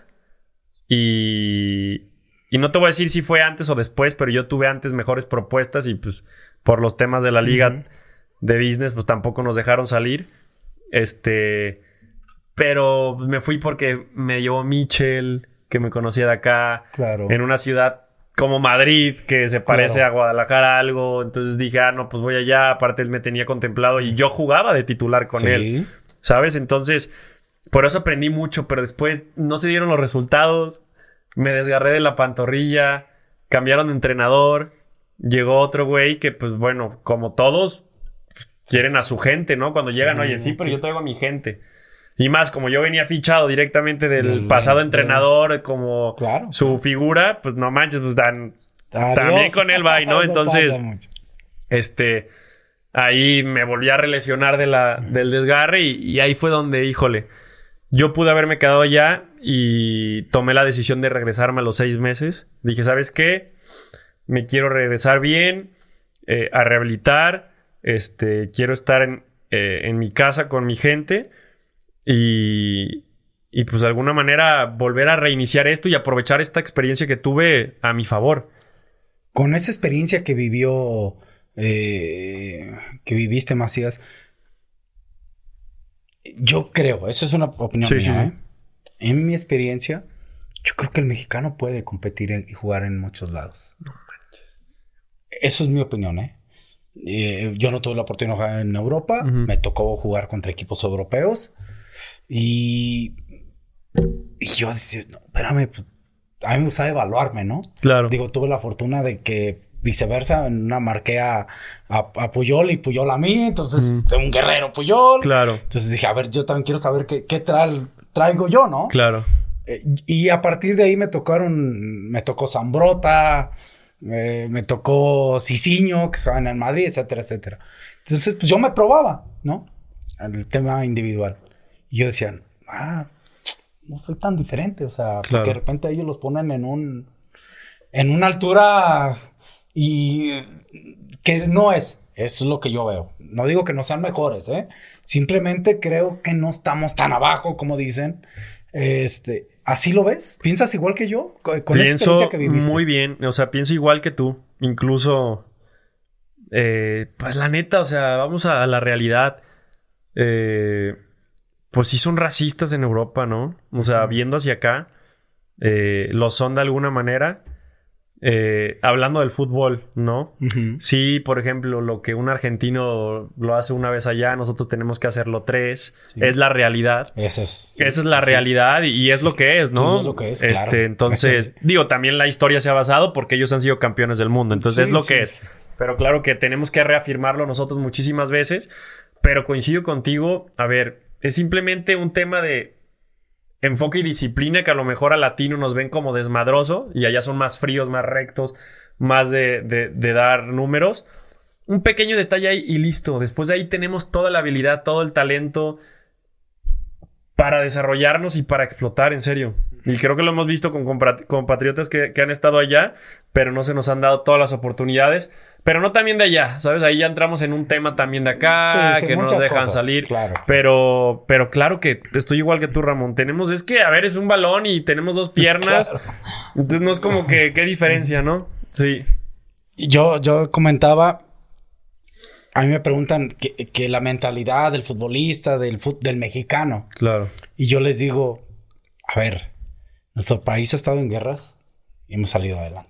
Y no te voy a decir si fue antes o después, pero yo tuve antes mejores propuestas y pues por los temas de la liga de business pues tampoco nos dejaron salir. Pero me fui porque me llevó Michel, que me conocía de acá, claro. En una ciudad como Madrid, que se parece a Guadalajara algo. Entonces dije, no, pues voy allá. Aparte él me tenía contemplado y yo jugaba de titular con él, ¿sabes? Entonces... por eso aprendí mucho, pero después no se dieron los resultados. Me desgarré de la pantorrilla. Cambiaron de entrenador. Llegó otro güey que, pues bueno, como todos, quieren a su gente, ¿no? Cuando llegan, oye, sí, pero yo traigo a mi gente. Y más, como yo venía fichado directamente del pasado entrenador, como su figura, pues no manches, pues también con él va, ¿no? Entonces, ahí me volví a relesionar del desgarre y ahí fue donde, híjole... yo pude haberme quedado allá y tomé la decisión de regresarme a los 6 meses. Dije, ¿sabes qué? me quiero regresar bien, a rehabilitar, quiero estar en mi casa con mi gente y pues de alguna manera volver a reiniciar esto y aprovechar esta experiencia que tuve a mi favor. Con esa experiencia que viviste, Macías, yo creo, eso es una opinión mía, en mi experiencia, yo creo que el mexicano puede competir y jugar en muchos lados. No manches. Eso es mi opinión, yo no tuve la oportunidad de jugar en Europa. Me tocó jugar contra equipos europeos. Y yo decía, no, espérame, pues, a mí me gustaba evaluarme, ¿no? Claro. Digo, tuve la fortuna de que viceversa, en una marqué a Puyol y Puyol a mí. Entonces, un guerrero Puyol. Claro. Entonces dije, a ver, yo también quiero saber qué traigo yo, ¿no? Claro. Y a partir de ahí me tocó Zambrota, me tocó Cicinho, que estaba en el Madrid, etcétera, etcétera. Entonces, pues yo me probaba, ¿no? El tema individual. Y yo decía, no soy tan diferente, o sea, claro. Porque de repente ellos los ponen en una altura y que no es. Eso es lo que yo veo. No digo que no sean mejores, Simplemente creo que no estamos tan abajo como dicen. ¿Así lo ves? ¿Piensas igual que yo? Con esa experiencia que viviste. Muy bien. O sea, pienso igual que tú. Incluso, pues la neta, o sea, vamos a la realidad. Pues sí son racistas en Europa, ¿no? O sea, viendo hacia acá, lo son de alguna manera. Hablando del fútbol, ¿no? Sí, por ejemplo, lo que un argentino lo hace una vez allá, nosotros tenemos que hacerlo 3. Sí. Es la realidad. Esa es la realidad y es lo que es, ¿no? Sí, es lo que es, claro. Entonces, digo, también la historia se ha basado porque ellos han sido campeones del mundo. Entonces, es lo que es. Pero claro que tenemos que reafirmarlo nosotros muchísimas veces. Pero coincido contigo, a ver, es simplemente un tema de enfoque y disciplina que a lo mejor a latino nos ven como desmadroso y allá son más fríos, más rectos, más de dar números. Un pequeño detalle ahí y listo. Después de ahí tenemos toda la habilidad, todo el talento para desarrollarnos y para explotar, en serio. Y creo que lo hemos visto con compatriotas que han estado allá, pero no se nos han dado todas las oportunidades. Pero no también de allá, ¿sabes? Ahí ya entramos en un tema también de acá, que no nos dejan cosas salir. Claro. Pero claro que estoy igual que tú, Ramón. Es un balón y tenemos 2 piernas. Claro. Entonces no es como que, ¿qué diferencia, no? Sí. Yo comentaba, a mí me preguntan que la mentalidad del futbolista, del mexicano. Claro. Y yo les digo, a ver, nuestro país ha estado en guerras y hemos salido adelante.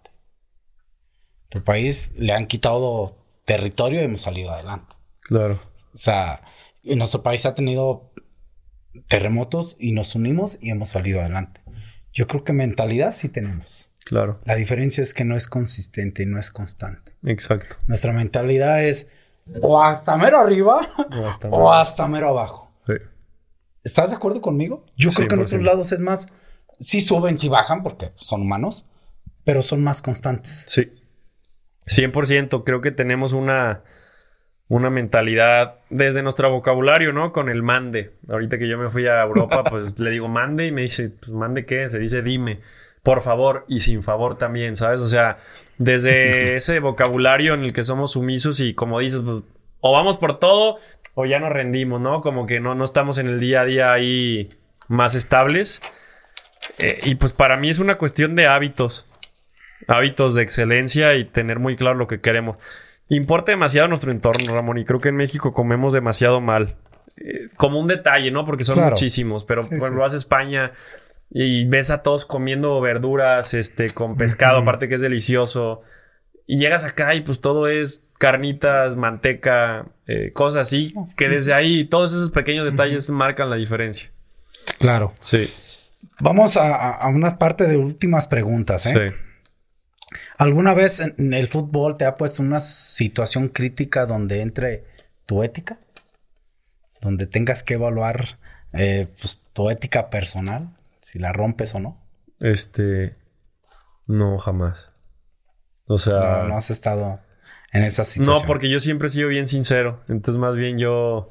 Tu país le han quitado territorio y hemos salido adelante. Claro. O sea, nuestro país ha tenido terremotos y nos unimos y hemos salido adelante. Yo creo que mentalidad sí tenemos. Claro. La diferencia es que no es consistente y no es constante. Exacto. Nuestra mentalidad es o hasta mero arriba o hasta mero abajo. Sí. ¿Estás de acuerdo conmigo? Yo creo que en otros lados es más... Sí suben, sí bajan porque son humanos, pero son más constantes. Sí. 100%. Creo que tenemos una mentalidad desde nuestro vocabulario, ¿no? Con el mande. Ahorita que yo me fui a Europa, pues le digo mande y me dice, pues mande ¿qué? Se dice dime. Por favor y sin favor también, ¿sabes? O sea, desde ese vocabulario en el que somos sumisos y como dices, pues, o vamos por todo o ya nos rendimos, ¿no? Como que no estamos en el día a día ahí más estables. Y pues para mí es una cuestión de hábitos de excelencia y tener muy claro lo que queremos. Importa demasiado nuestro entorno, Ramón, y creo que en México comemos demasiado mal. Como un detalle, ¿no? Porque son muchísimos, pero cuando vas a España y ves a todos comiendo verduras, con pescado, aparte que es delicioso, y llegas acá y pues todo es carnitas, manteca, cosas así, que desde ahí todos esos pequeños detalles marcan la diferencia. Claro. Sí. Vamos a una parte de últimas preguntas, Sí. ¿Alguna vez en el fútbol te ha puesto una situación crítica donde entre tu ética? Donde tengas que evaluar pues, tu ética personal, si la rompes o no. No, jamás. O sea... No has estado en esa situación. No, porque yo siempre he sido bien sincero. Entonces, más bien yo...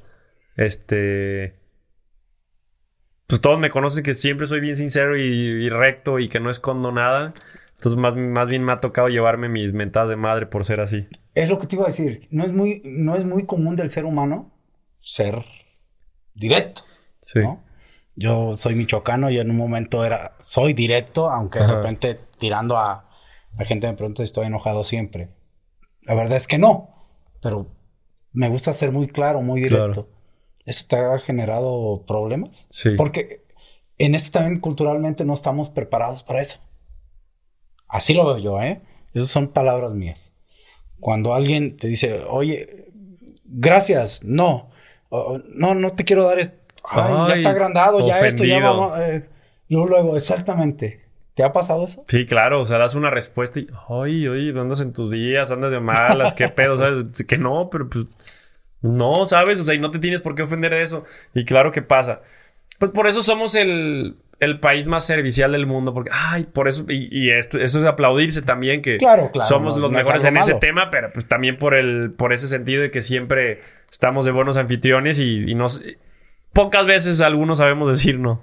Pues todos me conocen que siempre soy bien sincero y recto y que no escondo nada. Entonces, más bien me ha tocado llevarme mis mentadas de madre por ser así. Es lo que te iba a decir. No es muy común del ser humano ser directo. Sí. ¿No? Yo soy michoacano y en un momento soy directo, aunque de repente tirando a la gente me pregunta si estoy enojado siempre. La verdad es que no, pero me gusta ser muy claro, muy directo. Claro. ¿Eso te ha generado problemas? Sí. Porque en esto también culturalmente no estamos preparados para eso. Así lo veo yo, ¿eh? Esas son palabras mías. Cuando alguien te dice, oye, gracias, no te quiero dar esto. Ay, ya está agrandado, ya esto, ya vamos. Luego, exactamente. ¿Te ha pasado eso? Sí, claro, o sea, das una respuesta y, oye, andas en tus días, andas de malas, qué pedo, ¿sabes? Que no, pero pues, no, ¿sabes? O sea, y no te tienes por qué ofender de eso. Y claro que pasa. Pues por eso somos el país más servicial del mundo, porque, por eso, y eso es aplaudirse también, que claro, somos los mejores en ese malo. tema, pero pues también por ese sentido de que siempre estamos de buenos anfitriones y pocas veces algunos sabemos decir no.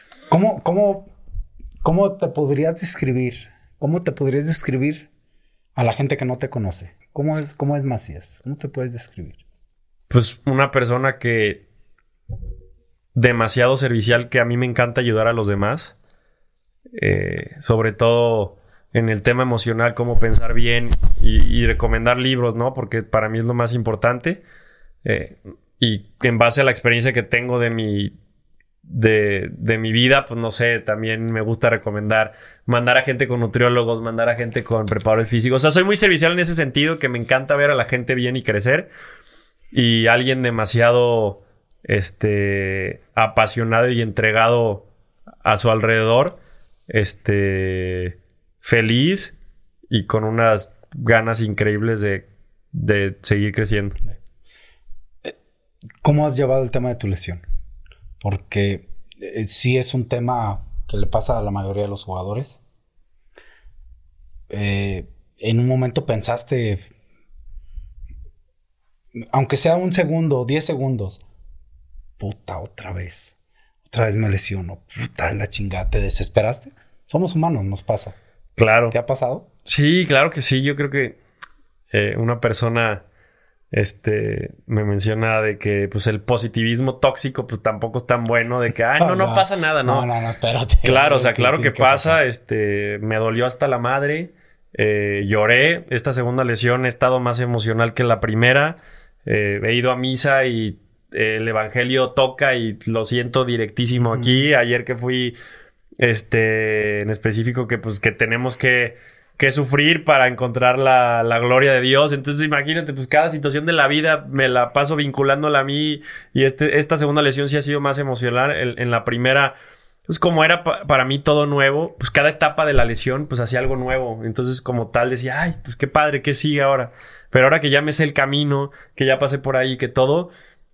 ¿Cómo te podrías describir? ¿Cómo te podrías describir a la gente que no te conoce? ¿Cómo es Macías? ¿Cómo te puedes describir? Pues una persona que demasiado servicial, que a mí me encanta ayudar a los demás. Sobre todo en el tema emocional, cómo pensar bien y recomendar libros, ¿no? Porque para mí es lo más importante. Y en base a la experiencia que tengo de mi vida, pues no sé, también me gusta recomendar, mandar a gente con nutriólogos, mandar a gente con preparadores físicos. O sea, soy muy servicial en ese sentido, que me encanta ver a la gente bien y crecer. Y alguien demasiado apasionado y entregado a su alrededor, feliz y con unas ganas increíbles de seguir creciendo. ¿Cómo has llevado el tema de tu lesión? Porque sí es un tema que le pasa a la mayoría de los jugadores. En un momento pensaste, aunque sea un segundo, 10 segundos, puta, otra vez me lesiono, puta de la chingada, ¿te desesperaste? Somos humanos, nos pasa. Claro. ¿Te ha pasado? Sí, claro que sí. Yo creo que una persona me menciona de que pues el positivismo tóxico pues tampoco es tan bueno, de que no pasa nada, ¿no? No, espérate. Claro, o sea, claro que pasa. Me dolió hasta la madre. Lloré. Esta segunda lesión he estado más emocional que la primera. He ido a misa y el evangelio toca y lo siento directísimo aquí. Ayer que fui en específico que pues que tenemos que sufrir para encontrar la gloria de Dios. Entonces imagínate, pues cada situación de la vida me la paso vinculándola a mí, y esta segunda lesión sí ha sido más emocional. En la primera, pues como era para mí todo nuevo, pues cada etapa de la lesión pues hacía algo nuevo. Entonces como tal decía, pues qué padre, ¿qué sigue ahora? Pero ahora que ya me sé el camino, que ya pasé por ahí, que todo,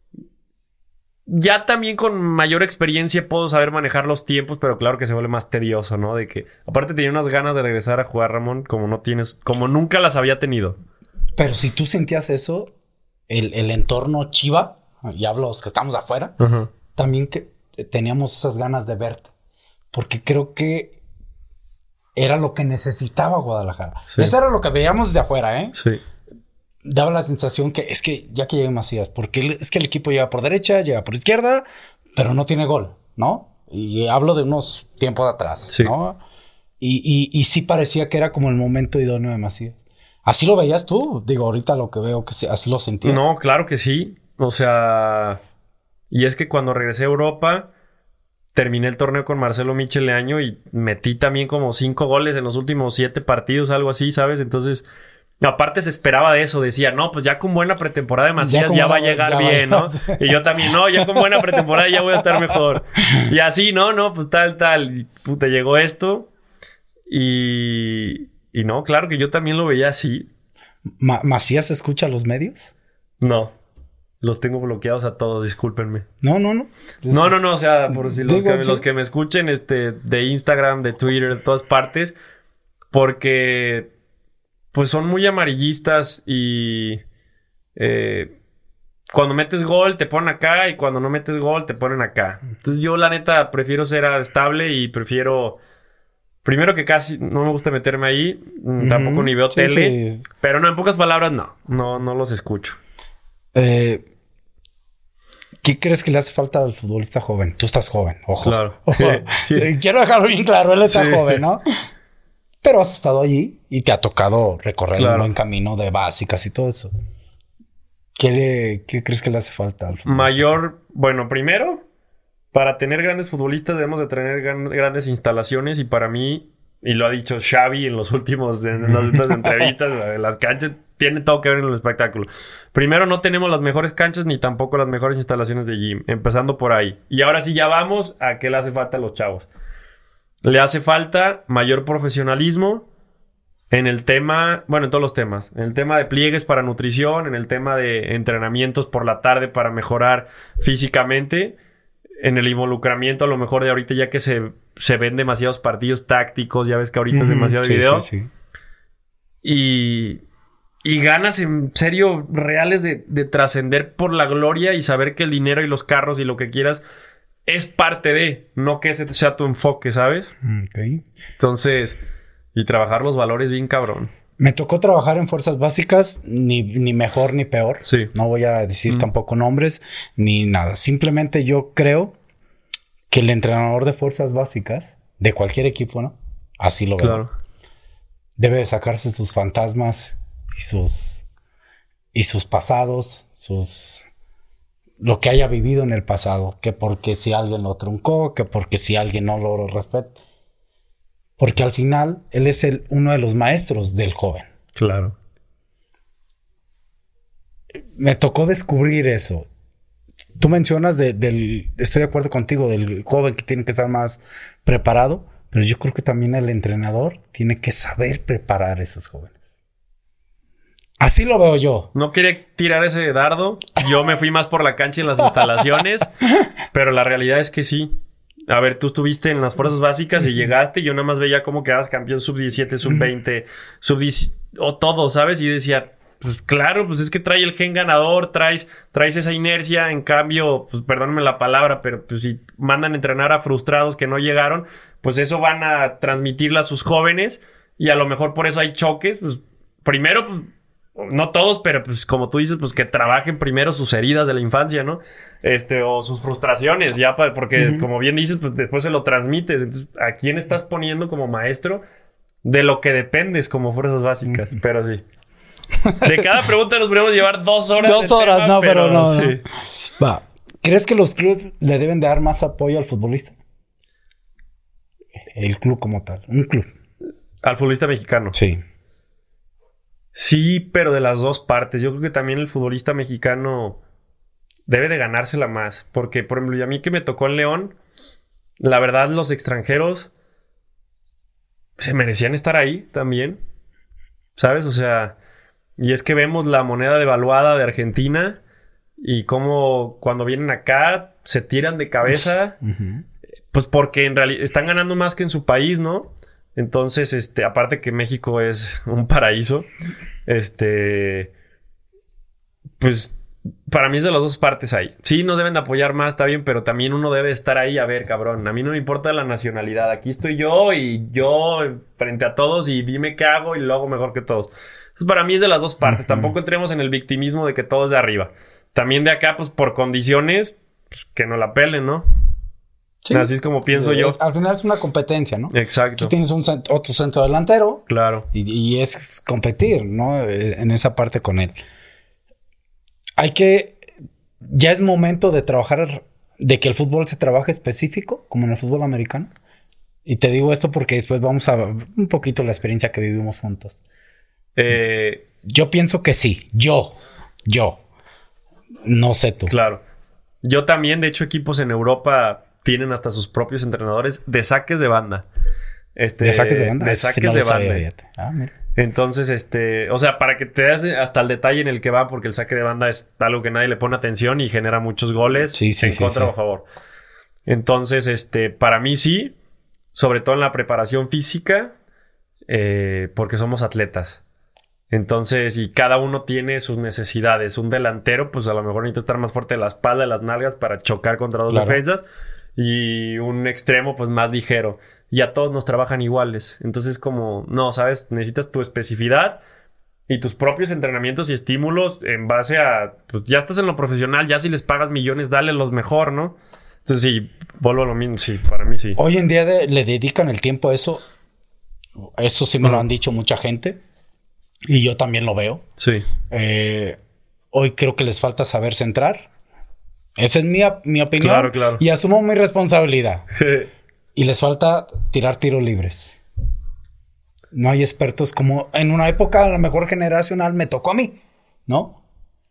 ya también con mayor experiencia puedo saber manejar los tiempos, pero claro que se vuelve más tedioso, ¿no? De que aparte tenía unas ganas de regresar a jugar, Ramón, como nunca las había tenido. Pero si tú sentías eso, el entorno chiva, y hablo los que estamos afuera, también que teníamos esas ganas de verte, porque creo que era lo que necesitaba Guadalajara. Sí. Eso era lo que veíamos desde afuera, ¿eh? Sí. Daba la sensación que es que ya que llegue Macías, porque es que el equipo llega por derecha, llega por izquierda, pero no tiene gol, ¿no? Y hablo de unos tiempos atrás, sí, ¿no? Y sí parecía que era como el momento idóneo de Macías. ¿Así lo veías tú? Digo, ahorita lo que veo que así lo sentías. No, claro que sí. O sea, y es que cuando regresé a Europa, terminé el torneo con Marcelo Michel Leaño y metí también como 5 goles en los últimos 7 partidos, algo así, ¿sabes? Entonces, aparte se esperaba de eso, decía, no, pues ya con buena pretemporada de Macías ya va a llegar bien, ¿no? Y yo también, no, ya con buena pretemporada ya voy a estar mejor. Y así, no, pues tal. Y puta, llegó esto. Y no, claro que yo también lo veía así. ¿Macías escucha los medios? No, los tengo bloqueados a todos, discúlpenme. No. No, o sea, por si los que me escuchen, de Instagram, de Twitter, de todas partes, porque pues son muy amarillistas y cuando metes gol te ponen acá y cuando no metes gol te ponen acá. Entonces yo la neta prefiero ser estable y prefiero Primero que casi no me gusta meterme ahí. Tampoco ni veo tele. Sí. Pero no, en pocas palabras, no los escucho. ¿Qué crees que le hace falta al futbolista joven? Tú estás joven, ojo. Claro. Ojo. Quiero dejarlo bien claro, él está joven, ¿no? Pero has estado allí y te ha tocado recorrer un buen camino de básicas y todo eso. ¿Qué crees que le hace falta al futbolista? Bueno, primero, para tener grandes futbolistas debemos de tener grandes instalaciones y para mí, y lo ha dicho Xavi en las últimas entrevistas de las canchas, tiene todo que ver en el espectáculo. Primero, no tenemos las mejores canchas ni tampoco las mejores instalaciones de gym, empezando por ahí. Y ahora sí ya vamos a qué le hace falta a los chavos. Le hace falta mayor profesionalismo en el tema, bueno, en todos los temas. En el tema de pliegues para nutrición, en el tema de entrenamientos por la tarde para mejorar físicamente, en el involucramiento a lo mejor de ahorita ya que se ven demasiados partidos tácticos, ya ves que ahorita es demasiado video. Sí. Y ganas en serio reales de trascender por la gloria y saber que el dinero y los carros y lo que quieras es parte de, no que ese sea tu enfoque, ¿sabes? Ok. Entonces, y trabajar los valores bien cabrón. Me tocó trabajar en fuerzas básicas, ni mejor ni peor. Sí. No voy a decir tampoco nombres ni nada. Simplemente yo creo que el entrenador de fuerzas básicas, de cualquier equipo, ¿no? Así lo veo. Claro. Debe sacarse sus fantasmas y sus pasados, lo que haya vivido en el pasado, que porque si alguien lo truncó, que porque si alguien no lo respeta. Porque al final él es uno de los maestros del joven. Claro. Me tocó descubrir eso. Tú mencionas estoy de acuerdo contigo, del joven que tiene que estar más preparado, pero yo creo que también el entrenador tiene que saber preparar a esos jóvenes. Así lo veo yo. No quería tirar ese dardo. Yo me fui más por la cancha y en las instalaciones. Pero la realidad es que sí. A ver, tú estuviste en las fuerzas básicas y llegaste. Y yo nada más veía cómo quedabas campeón sub-17, sub-20, sub-10 o todo, ¿sabes? Y decía, pues claro, pues es que trae el gen ganador, traes esa inercia. En cambio, pues perdónenme la palabra, pero pues si mandan a entrenar a frustrados que no llegaron, pues eso van a transmitirle a sus jóvenes. Y a lo mejor por eso hay choques. Pues primero, pues no todos, pero pues como tú dices, pues que trabajen primero sus heridas de la infancia, ¿no? O sus frustraciones, ya porque como bien dices, pues después se lo transmites. Entonces, ¿a quién estás poniendo como maestro? De lo que dependes como fuerzas básicas, pero sí. De cada pregunta nos podemos llevar 2 horas. 2 horas, tema, no, pero no. Sí. Va. ¿Crees que los clubes le deben dar más apoyo al futbolista? El club como tal, un club. Al futbolista mexicano. Sí. Sí, pero de las dos partes. Yo creo que también el futbolista mexicano debe de ganársela más. Porque, por ejemplo, a mí que me tocó en León, la verdad, los extranjeros se merecían estar ahí también. ¿Sabes? O sea, y es que vemos la moneda devaluada de Argentina y cómo cuando vienen acá se tiran de cabeza. Pues porque en realidad están ganando más que en su país, ¿no? Entonces, aparte que México es un paraíso, pues para mí es de las dos partes ahí. Sí, nos deben de apoyar más, está bien, pero también uno debe estar ahí. A ver, cabrón, a mí no me importa la nacionalidad. Aquí estoy yo y yo frente a todos y dime qué hago y lo hago mejor que todos. Entonces, para mí es de las dos partes. Tampoco entremos en el victimismo de que todo es de arriba. También de acá, pues por condiciones, pues, que no la pelen, ¿no? Sí. Así es como pienso yo. Al final es una competencia, ¿no? Exacto. Tú tienes otro centro delantero. Claro. Y es competir, ¿no? En esa parte con él. Ya es momento de trabajar, de que el fútbol se trabaje específico, como en el fútbol americano. Y te digo esto porque después vamos a ver un poquito la experiencia que vivimos juntos. Yo pienso que sí. Yo. No sé tú. Claro. Yo también, de hecho, equipos en Europa tienen hasta sus propios entrenadores de saques de banda. ¿De saques de banda? De saques de banda. Mira. Entonces, o sea, para que te des hasta el detalle en el que va, porque el saque de banda es algo que nadie le pone atención y genera muchos goles en contra o a favor. Entonces, para mí sí, sobre todo en la preparación física, porque somos atletas. Entonces, y cada uno tiene sus necesidades. Un delantero, pues a lo mejor necesita estar más fuerte de la espalda, de las nalgas para chocar contra dos defensas. Y un extremo, pues más ligero. y a todos nos trabajan iguales. Entonces como, no, ¿sabes? Necesitas tu especificidad y tus propios entrenamientos y estímulos en base a, pues ya estás en lo profesional, ya si les pagas millones, dale los mejor, ¿no? Entonces sí, vuelvo a lo mismo, sí, para mí sí. Hoy en día le dedican el tiempo a eso. Eso sí me lo han dicho mucha gente. Y yo también lo veo. Sí. Hoy creo que les falta saber centrar. Esa es mi opinión. Claro. Y asumo mi responsabilidad. Y les falta tirar tiros libres. No hay expertos como en una época a lo mejor generacional me tocó a mí, ¿no?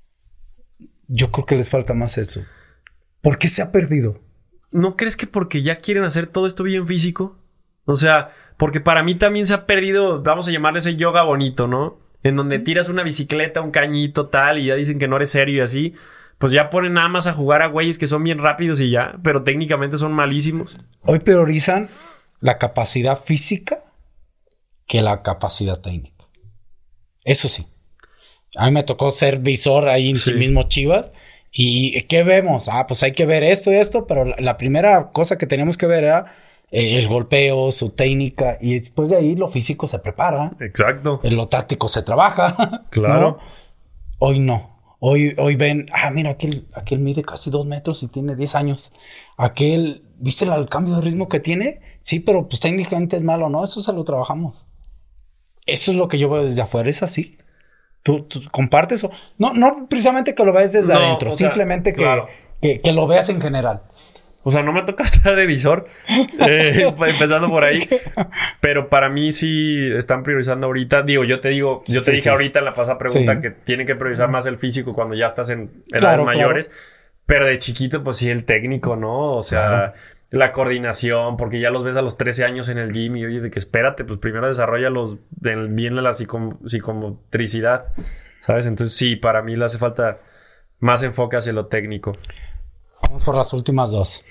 Yo creo que les falta más eso. ¿Por qué se ha perdido? ¿No crees que porque ya quieren hacer todo esto bien físico? O sea, porque para mí también se ha perdido, vamos a llamarle ese yoga bonito, ¿no? En donde tiras una bicicleta, un cañito, tal, y ya dicen que no eres serio y así. Pues ya ponen nada más a jugar a güeyes que son bien rápidos y ya, pero técnicamente son malísimos. Hoy priorizan la capacidad física que la capacidad técnica. Eso sí. A mí me tocó ser visor ahí en sí mismo Chivas. ¿Y qué vemos? Pues hay que ver esto y esto, pero la primera cosa que teníamos que ver era el golpeo, su técnica, y después de ahí lo físico se prepara. Exacto. Lo táctico se trabaja. Claro. ¿No? Hoy no. Hoy ven, mira, aquel mide casi 2 metros y tiene 10 años. Aquel, ¿viste el cambio de ritmo que tiene? Sí, pero pues técnicamente es malo, ¿no? Eso se lo trabajamos. Eso es lo que yo veo desde afuera, es así. ¿Tú compartes o...? No precisamente que lo veas desde adentro, simplemente que lo veas en general. O sea, no me toca estar de visor, empezando por ahí. Pero para mí sí están priorizando ahorita. Digo, yo te dije ahorita en la pasada pregunta que tienen que priorizar más el físico cuando ya estás en edades mayores. Claro. Pero de chiquito, pues sí, el técnico, ¿no? O sea, la coordinación, porque ya los ves a los 13 años en el gym y oye, de que espérate, pues primero desarrolla bien la psicomotricidad, ¿sabes? Entonces sí, para mí le hace falta más enfoque hacia lo técnico. Vamos por las últimas 2.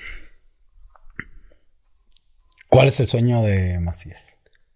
¿Cuál es el sueño de Macías?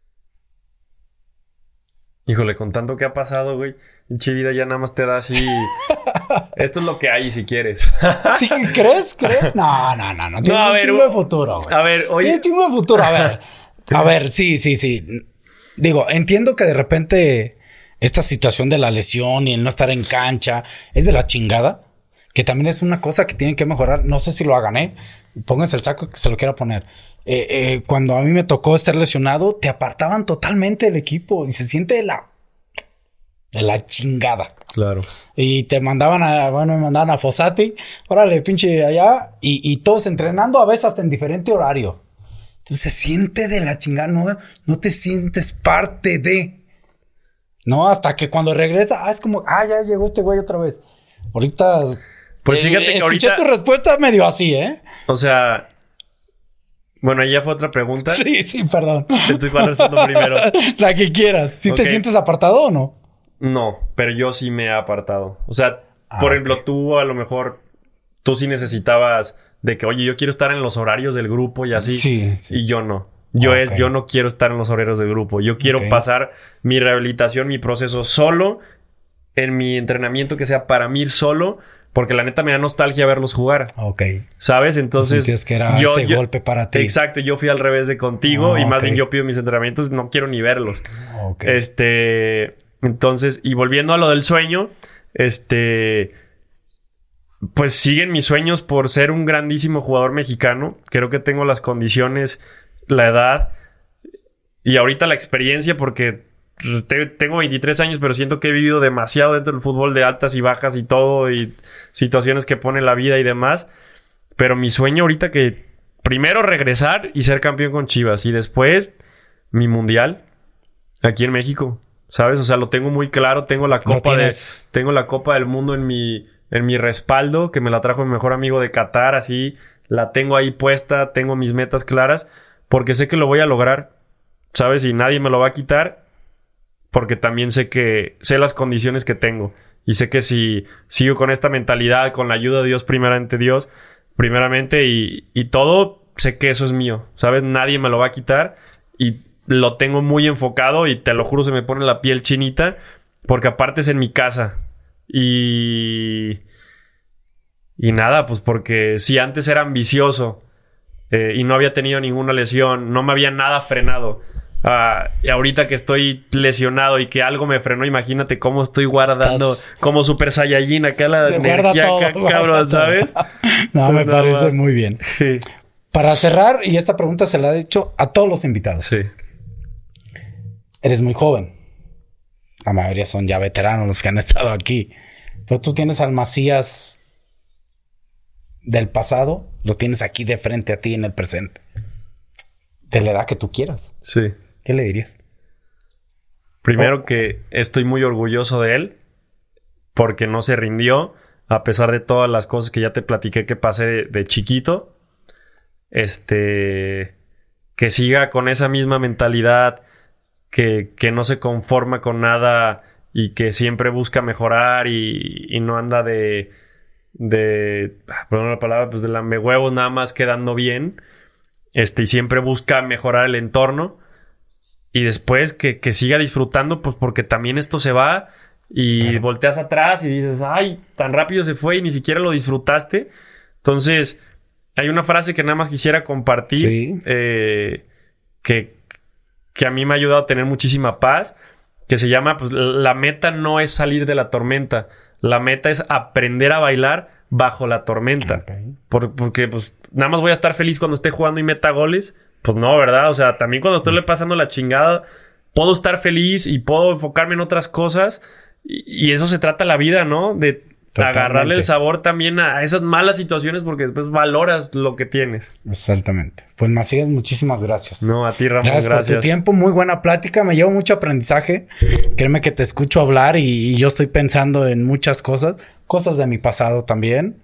Híjole, con tanto que ha pasado, güey, pinche vida ya nada más te da así. Esto es lo que hay si quieres. ¿Sí? ¿Crees? No. Tienes un chingo de futuro, güey. A ver, oye. Tienes un chingo de futuro, a ver, sí. Digo, entiendo que de repente esta situación de la lesión y el no estar en cancha es de la chingada. Que también es una cosa que tienen que mejorar. No sé si lo hagan, Pónganse el saco que se lo quiera poner. Cuando a mí me tocó estar lesionado, te apartaban totalmente del equipo. Y se siente de la chingada. Claro. Y te mandaban me mandaban a Fossati. Órale, pinche allá. Y todos entrenando a veces hasta en diferente horario. Entonces se siente de la chingada. No te sientes parte de. No, hasta que cuando regresa, es como, ya llegó este güey otra vez. Ahorita... Pues fíjate que escuché ahorita... tu respuesta medio así, O sea... Bueno, ahí ya fue otra pregunta. Sí, perdón. Entonces, ¿cuál respondo primero? La que quieras. ¿Sí te sientes apartado o no? No, pero yo sí me he apartado. O sea, por ejemplo, tú a lo mejor... Tú sí necesitabas de que, oye, yo quiero estar en los horarios del grupo y así. Sí. Y yo no. Yo no quiero estar en los horarios del grupo. Yo quiero pasar mi rehabilitación, mi proceso solo, en mi entrenamiento que sea para mí solo... Porque la neta me da nostalgia verlos jugar. Ok. ¿Sabes? Entonces... Sentías que era ese golpe para ti. Exacto. Yo fui al revés de contigo. Y más bien yo pido mis entrenamientos. No quiero ni verlos. Ok. Entonces... Y volviendo a lo del sueño... Pues siguen mis sueños por ser un grandísimo jugador mexicano. Creo que tengo las condiciones, la edad... Y ahorita la experiencia porque... Tengo 23 años, pero siento que he vivido demasiado dentro del fútbol de altas y bajas y todo, y situaciones que pone la vida y demás. Pero mi sueño ahorita que primero regresar y ser campeón con Chivas, y después mi mundial aquí en México, ¿sabes? O sea, lo tengo muy claro. Tengo la Copa del Mundo en mi respaldo, que me la trajo mi mejor amigo de Qatar, así la tengo ahí puesta, tengo mis metas claras, porque sé que lo voy a lograr, ¿sabes? Y nadie me lo va a quitar. Porque también sé las condiciones que tengo. Y sé que si sigo con esta mentalidad, con la ayuda de Dios, primeramente, y todo, sé que eso es mío. ¿Sabes? Nadie me lo va a quitar. Y lo tengo muy enfocado. Y te lo juro, se me pone la piel chinita. Porque aparte es en mi casa. Y nada, pues porque si antes era ambicioso y no había tenido ninguna lesión, no me había nada frenado. Y ahorita que estoy lesionado y que algo me frenó, imagínate cómo estoy guardando como Super Saiyajin acá la energía, todo, cabrón, ¿sabes? No, me parece muy bien. Sí. Para cerrar, y esta pregunta se la he hecho a todos los invitados. Sí. Eres muy joven. La mayoría son ya veteranos los que han estado aquí. Pero tú tienes al Macías del pasado, lo tienes aquí de frente a ti en el presente. De la edad que tú quieras. Sí. ¿Qué le dirías? Primero que estoy muy orgulloso de él porque no se rindió a pesar de todas las cosas que ya te platiqué que pasé de chiquito. Que siga con esa misma mentalidad, que no se conforma con nada y que siempre busca mejorar y no anda perdón la palabra, pues de lambehuevos nada más quedando bien. Y siempre busca mejorar el entorno. Y después que siga disfrutando, pues porque también esto se va y volteas atrás y dices, ay, tan rápido se fue y ni siquiera lo disfrutaste. Entonces, hay una frase que nada más quisiera compartir, sí. Que a mí me ha ayudado a tener muchísima paz, que se llama, pues, la meta no es salir de la tormenta, la meta es aprender a bailar bajo la tormenta. Okay. Porque, pues, nada más voy a estar feliz cuando esté jugando y meta goles. Pues no, ¿verdad? O sea, también cuando estoy pasando la chingada, puedo estar feliz y puedo enfocarme en otras cosas. Y eso se trata la vida, ¿no? De totalmente agarrarle el sabor también a esas malas situaciones porque después valoras lo que tienes. Exactamente. Pues Macías, muchísimas gracias. No, a ti, Ramón, gracias. Por tu tiempo. Muy buena plática. Me llevo mucho aprendizaje. Créeme que te escucho hablar y yo estoy pensando en muchas cosas. Cosas de mi pasado también.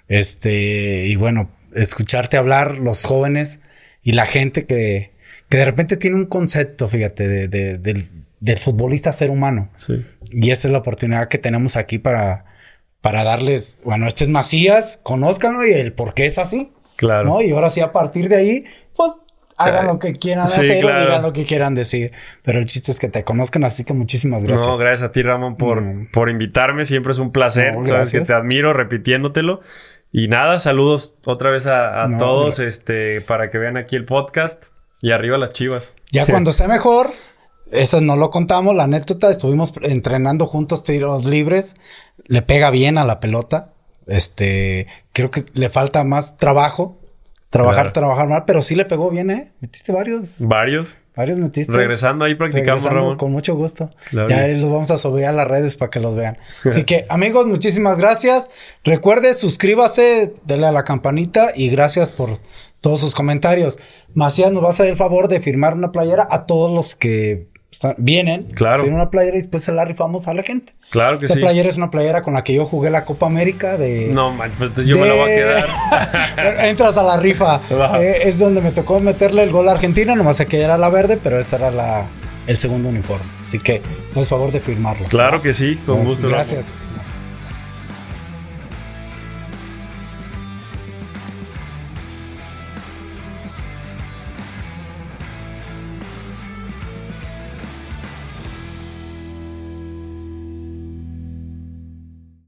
Y bueno, escucharte hablar, los jóvenes... Y la gente que de repente tiene un concepto, fíjate, del futbolista ser humano. Sí. Y esta es la oportunidad que tenemos aquí para darles... Bueno, este es Macías, conózcanlo y el por qué es así. Claro. ¿No? Y ahora sí, a partir de ahí, pues hagan lo que quieran hacer claro. O digan lo que quieran decir. Pero el chiste es que te conozcan, así que muchísimas gracias. No, gracias a ti, Ramón, por invitarme. Siempre es un placer. No, sabes que te admiro repitiéndotelo. Y nada, saludos otra vez a todos, para que vean aquí el podcast. Y arriba las Chivas. Ya cuando esté mejor, eso no lo contamos, la anécdota, estuvimos entrenando juntos tiros libres. Le pega bien a la pelota. Creo que le falta más trabajar más, pero sí le pegó bien, ¿eh? Metiste varios. Varios metiste. Regresando ahí practicamos, Ramón. Con mucho gusto. Claro. Ya los vamos a subir a las redes para que los vean. Así que, amigos, muchísimas gracias. Recuerde, suscríbase, dele a la campanita y gracias por todos sus comentarios. Macías nos va a hacer el favor de firmar una playera a todos los que vienen. Claro. Firma una playera y después se la rifamos a la gente. Claro que sí. Esta playera es una playera con la que yo jugué la Copa América de... No, man, pues yo me la voy a quedar. Entras a la rifa. Es donde me tocó meterle el gol a Argentina. Nomás que era la verde, pero esta era el segundo uniforme. Así que, haz el favor de firmarlo. Claro que sí, con gusto. Gracias.